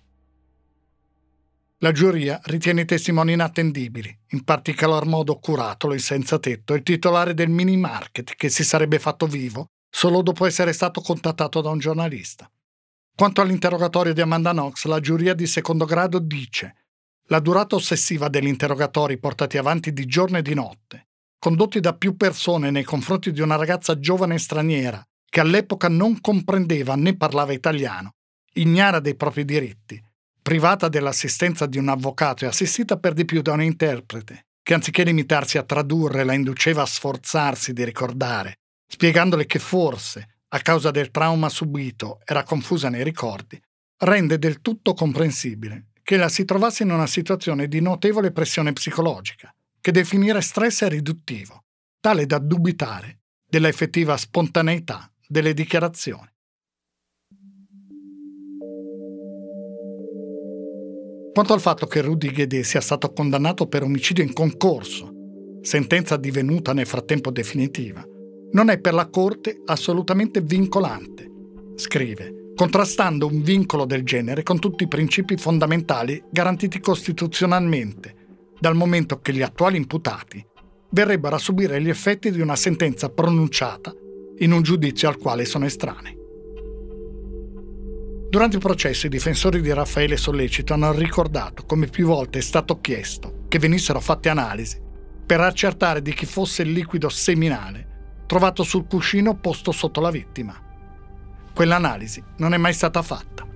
La giuria ritiene i testimoni inattendibili, in particolar modo Curatolo, il senza tetto, il titolare del mini market che si sarebbe fatto vivo solo dopo essere stato contattato da un giornalista. Quanto all'interrogatorio di Amanda Knox, la giuria di secondo grado dice: la durata ossessiva degli interrogatori portati avanti di giorno e di notte, condotti da più persone nei confronti di una ragazza giovane e straniera che all'epoca non comprendeva né parlava italiano, ignara dei propri diritti, privata dell'assistenza di un avvocato e assistita per di più da un interprete, che anziché limitarsi a tradurre la induceva a sforzarsi di ricordare, spiegandole che forse, a causa del trauma subito, era confusa nei ricordi, rende del tutto comprensibile che la si trovasse in una situazione di notevole pressione psicologica, che definire stress è riduttivo, tale da dubitare della effettiva spontaneità delle dichiarazioni. Quanto al fatto che Rudy Guedé sia stato condannato per omicidio in concorso, sentenza divenuta nel frattempo definitiva, non è per la Corte assolutamente vincolante, scrive, contrastando un vincolo del genere con tutti i principi fondamentali garantiti costituzionalmente, dal momento che gli attuali imputati verrebbero a subire gli effetti di una sentenza pronunciata in un giudizio al quale sono estranei. Durante il processo i difensori di Raffaele Sollecito hanno ricordato come più volte è stato chiesto che venissero fatte analisi per accertare di chi fosse il liquido seminale trovato sul cuscino posto sotto la vittima. Quell'analisi non è mai stata fatta.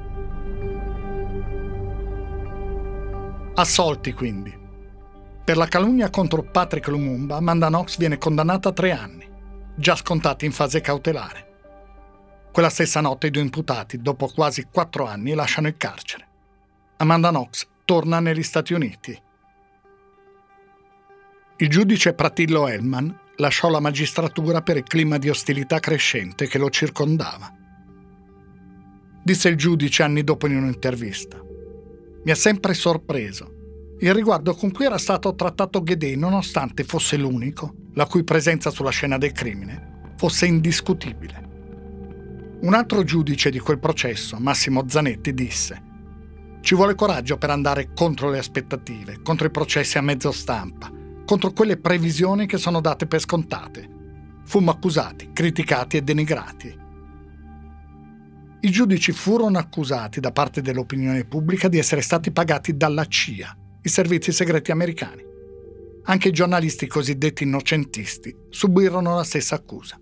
Assolti quindi. Per la calunnia contro Patrick Lumumba, Amanda Knox viene condannata a 3 anni, già scontati in fase cautelare. Quella stessa notte i 2 imputati, dopo quasi 4 anni, lasciano il carcere. Amanda Knox torna negli Stati Uniti. Il giudice Pratillo Hellman lasciò la magistratura per il clima di ostilità crescente che lo circondava. Disse il giudice anni dopo in un'intervista: mi ha sempre sorpreso il riguardo con cui era stato trattato Guedé, nonostante fosse l'unico la cui presenza sulla scena del crimine fosse indiscutibile. Un altro giudice di quel processo, Massimo Zanetti, disse: ci vuole coraggio per andare contro le aspettative, contro i processi a mezzo stampa, contro quelle previsioni che sono date per scontate. Fummo accusati, criticati e denigrati. I giudici furono accusati da parte dell'opinione pubblica di essere stati pagati dalla CIA, i servizi segreti americani. Anche i giornalisti cosiddetti innocentisti subirono la stessa accusa.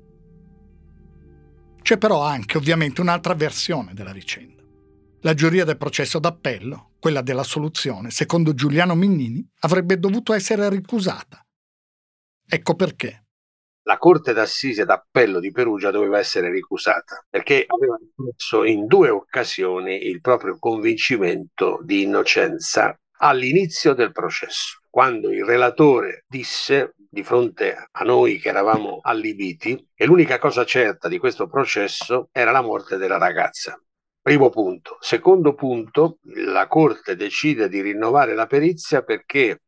C'è però anche ovviamente un'altra versione della vicenda. La giuria del processo d'appello, quella dell'assoluzione, secondo Giuliano Mignini, avrebbe dovuto essere ricusata. Ecco perché. La Corte d'Assise d'Appello di Perugia doveva essere ricusata perché aveva espresso in 2 occasioni il proprio convincimento di innocenza all'inizio del processo, quando il relatore disse di fronte a noi che eravamo allibiti che l'unica cosa certa di questo processo era la morte della ragazza. Primo punto. Secondo punto, la Corte decide di rinnovare la perizia perché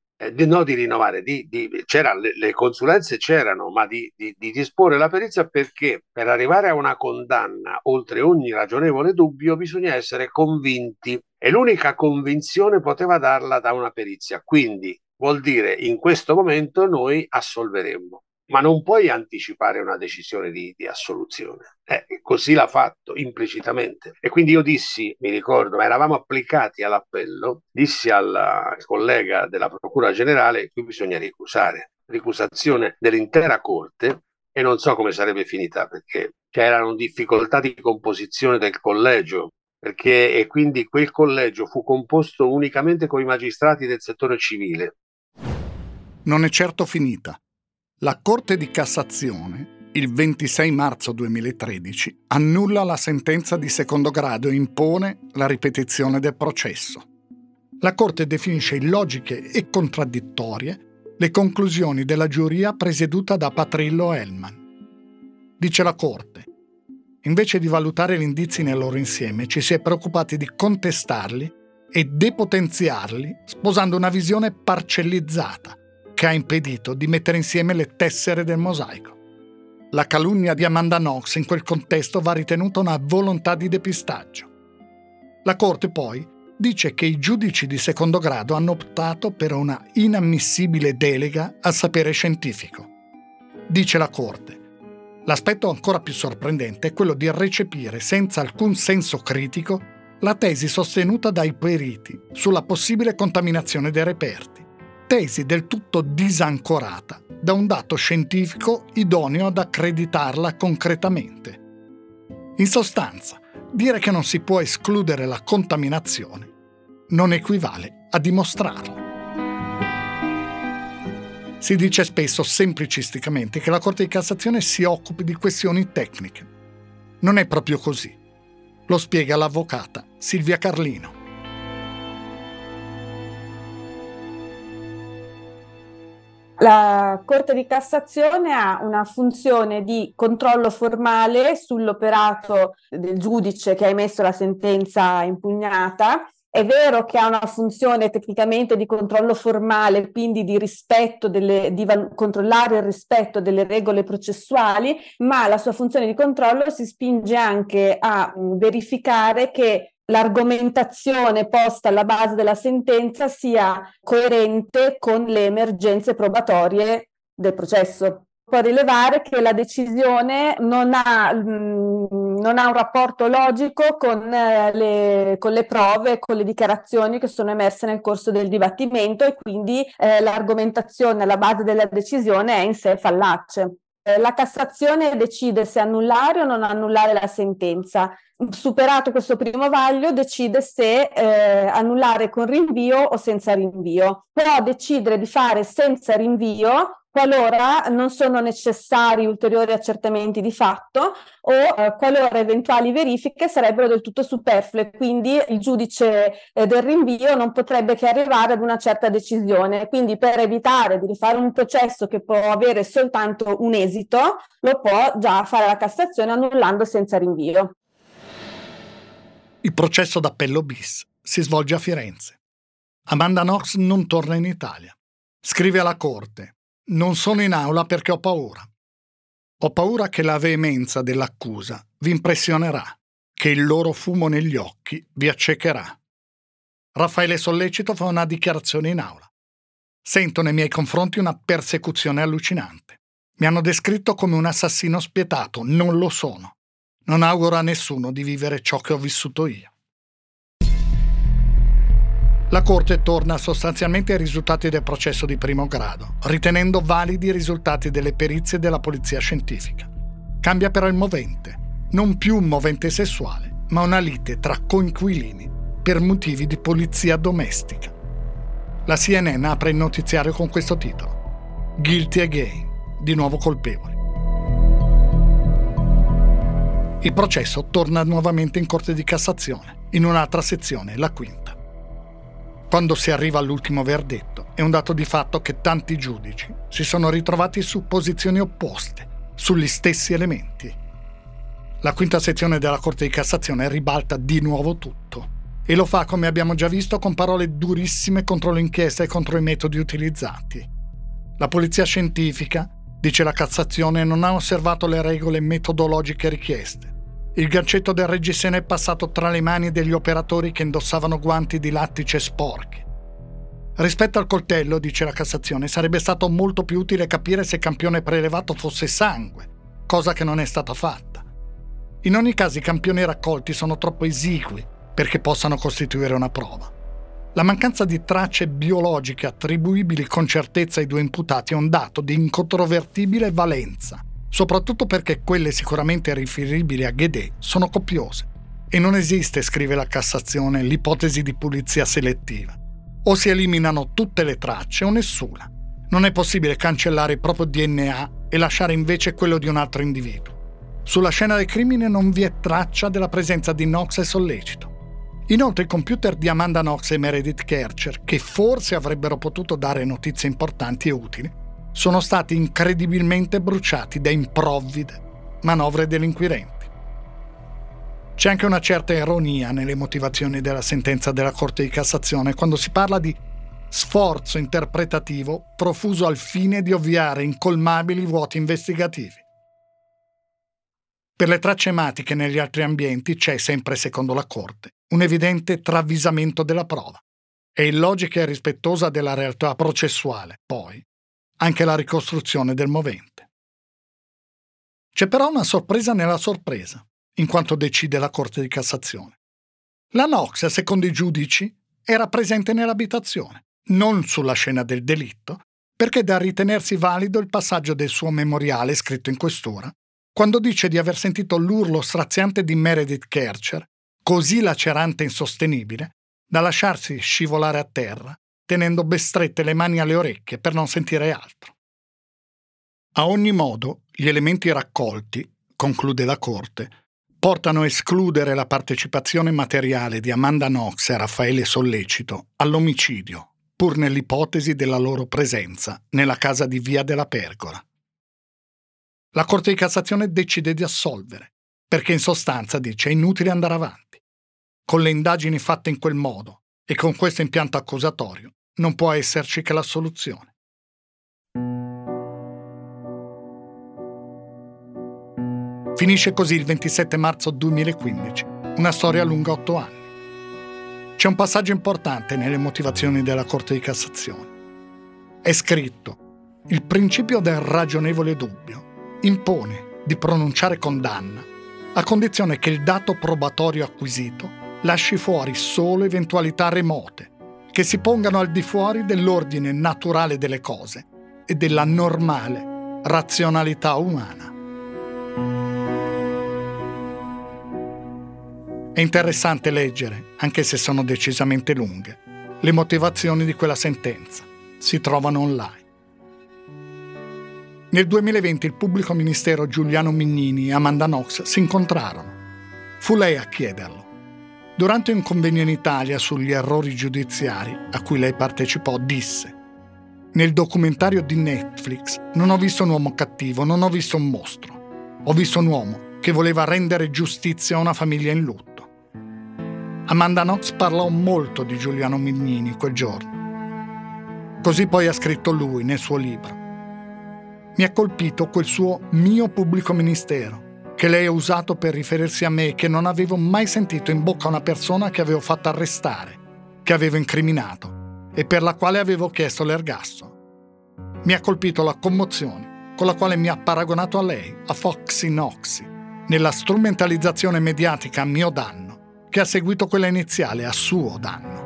le consulenze c'erano, ma di disporre la perizia perché per arrivare a una condanna oltre ogni ragionevole dubbio bisogna essere convinti e l'unica convinzione poteva darla da una perizia, quindi vuol dire in questo momento noi assolveremmo. ma non puoi anticipare una decisione di assoluzione. Così l'ha fatto implicitamente. E quindi io dissi, mi ricordo, ma eravamo applicati all'appello, dissi al collega della Procura Generale: qui bisogna ricusazione dell'intera Corte, e non so come sarebbe finita, perché c'erano difficoltà di composizione del collegio, e quindi quel collegio fu composto unicamente con i magistrati del settore civile. Non è certo finita. La Corte di Cassazione, il 26 marzo 2013, annulla la sentenza di secondo grado e impone la ripetizione del processo. La Corte definisce illogiche e contraddittorie le conclusioni della giuria presieduta da Patrillo Hellman. Dice la Corte: invece di valutare gli indizi nel loro insieme, ci si è preoccupati di contestarli e depotenziarli, sposando una visione parcellizzata che ha impedito di mettere insieme le tessere del mosaico. La calunnia di Amanda Knox in quel contesto va ritenuta una volontà di depistaggio. La Corte poi dice che i giudici di secondo grado hanno optato per una inammissibile delega al sapere scientifico. Dice la Corte: l'aspetto ancora più sorprendente è quello di recepire senza alcun senso critico la tesi sostenuta dai periti sulla possibile contaminazione dei reperti, tesi del tutto disancorata da un dato scientifico idoneo ad accreditarla concretamente. In sostanza, dire che non si può escludere la contaminazione non equivale a dimostrarlo. Si dice spesso, semplicisticamente, che la Corte di Cassazione si occupi di questioni tecniche. Non è proprio così. Lo spiega l'avvocata Silvia Carlino. La Corte di Cassazione ha una funzione di controllo formale sull'operato del giudice che ha emesso la sentenza impugnata. È vero che ha una funzione tecnicamente di controllo formale, quindi di rispetto di controllare il rispetto delle regole processuali, ma la sua funzione di controllo si spinge anche a verificare che l'argomentazione posta alla base della sentenza sia coerente con le emergenze probatorie del processo. Può rilevare che la decisione non ha un rapporto logico con le prove, con le dichiarazioni che sono emerse nel corso del dibattimento, e quindi l'argomentazione alla base della decisione è in sé fallace. La Cassazione decide se annullare o non annullare la sentenza. Superato questo primo vaglio, decide se annullare con rinvio o senza rinvio. Può decidere di fare senza rinvio qualora non sono necessari ulteriori accertamenti di fatto o qualora eventuali verifiche sarebbero del tutto superflue, quindi il giudice del rinvio non potrebbe che arrivare ad una certa decisione. Quindi, per evitare di rifare un processo che può avere soltanto un esito, lo può già fare la Cassazione annullando senza rinvio. Il processo d'appello bis si svolge a Firenze. Amanda Knox non torna in Italia. Scrive alla Corte: non sono in aula perché ho paura. Ho paura che la veemenza dell'accusa vi impressionerà, che il loro fumo negli occhi vi accecherà. Raffaele Sollecito fa una dichiarazione in aula. Sento nei miei confronti una persecuzione allucinante. Mi hanno descritto come un assassino spietato, non lo sono. Non auguro a nessuno di vivere ciò che ho vissuto io. La Corte torna sostanzialmente ai risultati del processo di primo grado, ritenendo validi i risultati delle perizie della polizia scientifica. Cambia però il movente, non più un movente sessuale, ma una lite tra coinquilini per motivi di polizia domestica. La CNN apre il notiziario con questo titolo: Guilty again, di nuovo colpevoli. Il processo torna nuovamente in Corte di Cassazione, in un'altra sezione, la quinta. Quando si arriva all'ultimo verdetto, è un dato di fatto che tanti giudici si sono ritrovati su posizioni opposte, sugli stessi elementi. La quinta sezione della Corte di Cassazione ribalta di nuovo tutto, e lo fa, come abbiamo già visto, con parole durissime contro l'inchiesta e contro i metodi utilizzati. La polizia scientifica, dice la Cassazione, non ha osservato le regole metodologiche richieste. Il gancetto del reggiseno è passato tra le mani degli operatori che indossavano guanti di lattice sporchi. Rispetto al coltello, dice la Cassazione, sarebbe stato molto più utile capire se il campione prelevato fosse sangue, cosa che non è stata fatta. In ogni caso i campioni raccolti sono troppo esigui perché possano costituire una prova. La mancanza di tracce biologiche attribuibili con certezza ai due imputati è un dato di incontrovertibile valenza, soprattutto perché quelle sicuramente riferibili a Guédé sono copiose. E non esiste, scrive la Cassazione, l'ipotesi di pulizia selettiva. O si eliminano tutte le tracce o nessuna. Non è possibile cancellare il proprio DNA e lasciare invece quello di un altro individuo. Sulla scena del crimine non vi è traccia della presenza di Knox e Sollecito. Inoltre i computer di Amanda Knox e Meredith Kercher, che forse avrebbero potuto dare notizie importanti e utili, sono stati incredibilmente bruciati da improvvide manovre degli inquirenti. C'è anche una certa ironia nelle motivazioni della sentenza della Corte di Cassazione quando si parla di sforzo interpretativo profuso al fine di ovviare incolmabili vuoti investigativi. Per le tracce ematiche negli altri ambienti c'è, sempre secondo la Corte, un evidente travisamento della prova. È illogica e rispettosa della realtà processuale, poi, anche la ricostruzione del movente. C'è però una sorpresa nella sorpresa, in quanto decide la Corte di Cassazione. La Knox, secondo i giudici, era presente nell'abitazione, non sulla scena del delitto, perché è da ritenersi valido il passaggio del suo memoriale scritto in questura, quando dice di aver sentito l'urlo straziante di Meredith Kercher, così lacerante e insostenibile, da lasciarsi scivolare a terra, tenendo ben strette le mani alle orecchie per non sentire altro. A ogni modo, gli elementi raccolti, conclude la Corte, portano a escludere la partecipazione materiale di Amanda Knox e Raffaele Sollecito all'omicidio, pur nell'ipotesi della loro presenza nella casa di Via della Pergola. La Corte di Cassazione decide di assolvere, perché in sostanza dice è inutile andare avanti. Con le indagini fatte in quel modo e con questo impianto accusatorio non può esserci che la soluzione. Finisce così il 27 marzo 2015, una storia lunga 8 anni. C'è un passaggio importante nelle motivazioni della Corte di Cassazione. È scritto: il principio del ragionevole dubbio impone di pronunciare condanna a condizione che il dato probatorio acquisito lasci fuori solo eventualità remote che si pongano al di fuori dell'ordine naturale delle cose e della normale razionalità umana. È interessante leggere, anche se sono decisamente lunghe, le motivazioni di quella sentenza. Si trovano online. Nel 2020 il pubblico ministero Giuliano Mignini e Amanda Knox si incontrarono. Fu lei a chiederlo. Durante un convegno in Italia sugli errori giudiziari a cui lei partecipò, disse: nel documentario di Netflix non ho visto un uomo cattivo, non ho visto un mostro. Ho visto un uomo che voleva rendere giustizia a una famiglia in lutto. Amanda Knox parlò molto di Giuliano Mignini quel giorno. Così poi ha scritto lui nel suo libro. Mi ha colpito quel suo mio pubblico ministero, che lei ha usato per riferirsi a me, che non avevo mai sentito in bocca una persona che avevo fatto arrestare, che avevo incriminato e per la quale avevo chiesto l'ergastolo. Mi ha colpito la commozione con la quale mi ha paragonato a lei, a Foxy Knox, nella strumentalizzazione mediatica a mio danno, che ha seguito quella iniziale a suo danno.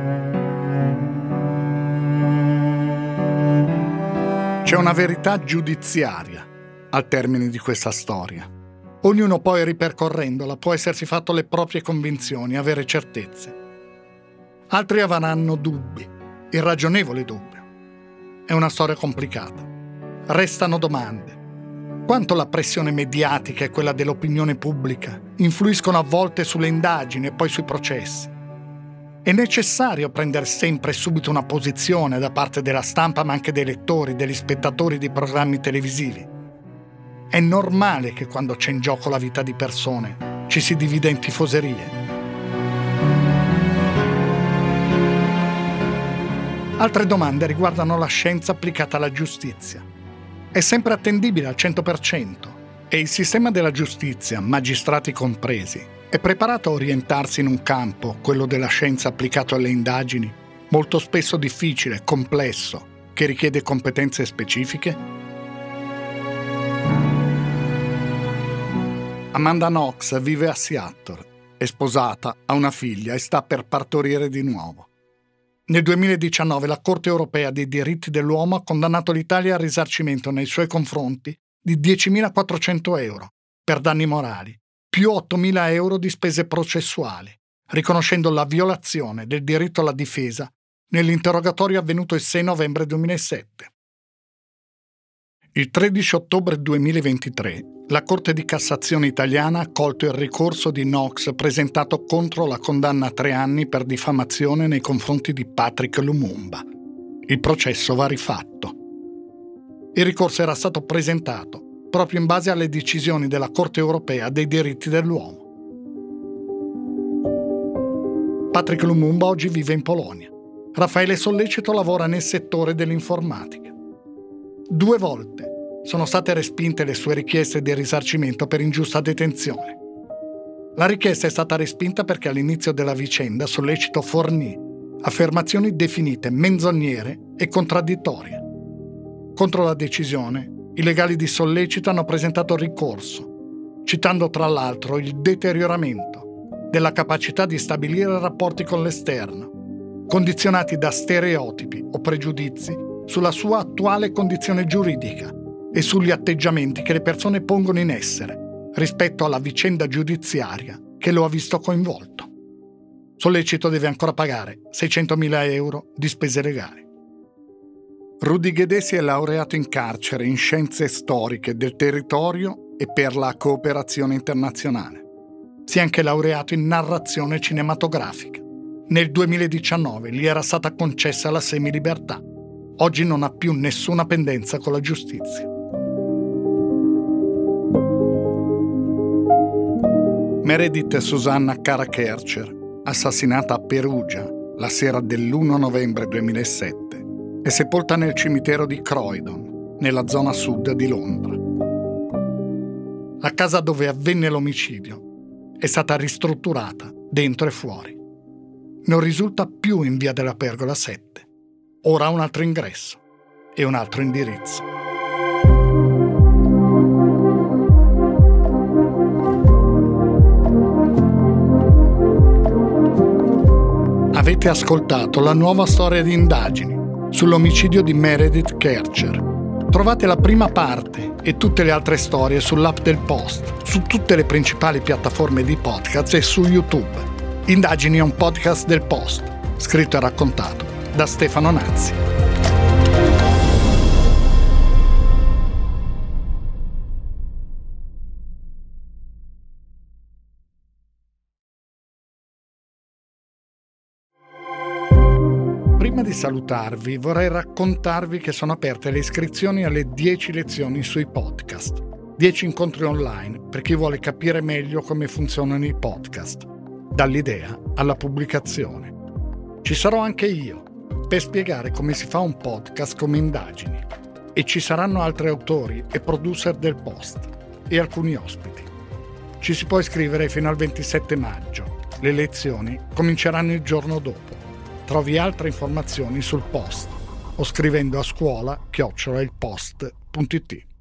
C'è una verità giudiziaria al termine di questa storia. Ognuno poi, ripercorrendola, può essersi fatto le proprie convinzioni, avere certezze. Altri avranno dubbi, irragionevoli dubbi. È una storia complicata. Restano domande. Quanto la pressione mediatica e quella dell'opinione pubblica influiscono a volte sulle indagini e poi sui processi? È necessario prendere sempre e subito una posizione da parte della stampa, ma anche dei lettori, degli spettatori di programmi televisivi? È normale che quando c'è in gioco la vita di persone ci si divida in tifoserie? Altre domande riguardano la scienza applicata alla giustizia. È sempre attendibile al 100% e il sistema della giustizia, magistrati compresi, è preparato a orientarsi in un campo, quello della scienza applicato alle indagini, molto spesso difficile, complesso, che richiede competenze specifiche? Amanda Knox vive a Seattle, è sposata, ha una figlia e sta per partorire di nuovo. Nel 2019 la Corte europea dei diritti dell'uomo ha condannato l'Italia al risarcimento nei suoi confronti di 10.400 euro per danni morali, più 8.000 euro di spese processuali, riconoscendo la violazione del diritto alla difesa nell'interrogatorio avvenuto il 6 novembre 2007. Il 13 ottobre 2023 la Corte di Cassazione italiana ha accolto il ricorso di Knox presentato contro la condanna a 3 anni per diffamazione nei confronti di Patrick Lumumba. Il processo va rifatto. Il ricorso era stato presentato proprio in base alle decisioni della Corte europea dei diritti dell'uomo. Patrick Lumumba oggi vive in Polonia. Raffaele Sollecito lavora nel settore dell'informatica. 2 volte sono state respinte le sue richieste di risarcimento per ingiusta detenzione. La richiesta è stata respinta perché all'inizio della vicenda Sollecito fornì affermazioni definite menzognere e contraddittorie. Contro la decisione, i legali di Sollecito hanno presentato ricorso, citando tra l'altro il deterioramento della capacità di stabilire rapporti con l'esterno, condizionati da stereotipi o pregiudizi sulla sua attuale condizione giuridica e sugli atteggiamenti che le persone pongono in essere rispetto alla vicenda giudiziaria che lo ha visto coinvolto. Sollecito deve ancora pagare 600.000 euro di spese legali. Rudy Guedet si è laureato in carcere in scienze storiche del territorio e per la cooperazione internazionale. Si è anche laureato in narrazione cinematografica. Nel 2019 gli era stata concessa la semilibertà. Oggi non ha più nessuna pendenza con la giustizia. Meredith Susanna Karakercher, assassinata a Perugia la sera dell'1 novembre 2007, è sepolta nel cimitero di Croydon, nella zona sud di Londra. La casa dove avvenne l'omicidio è stata ristrutturata dentro e fuori. Non risulta più in via della Pergola 7. Ora ha un altro ingresso e un altro indirizzo. Avete ascoltato la nuova storia di indagini sull'omicidio di Meredith Kercher. Trovate la prima parte e tutte le altre storie sull'app del Post, su tutte le principali piattaforme di podcast e su YouTube. Indagini è un podcast del Post, scritto e raccontato da Stefano Nazzi. Prima di salutarvi vorrei raccontarvi che sono aperte le iscrizioni alle 10 lezioni sui podcast. 10 incontri online per chi vuole capire meglio come funzionano i podcast, dall'idea alla pubblicazione. Ci sarò anche io per spiegare come si fa un podcast come Indagini e ci saranno altri autori e producer del Post e alcuni ospiti. Ci si può iscrivere fino al 27 maggio. Le lezioni cominceranno il giorno dopo. Trovi altre informazioni sul Post o scrivendo a scuola@ilpost.it.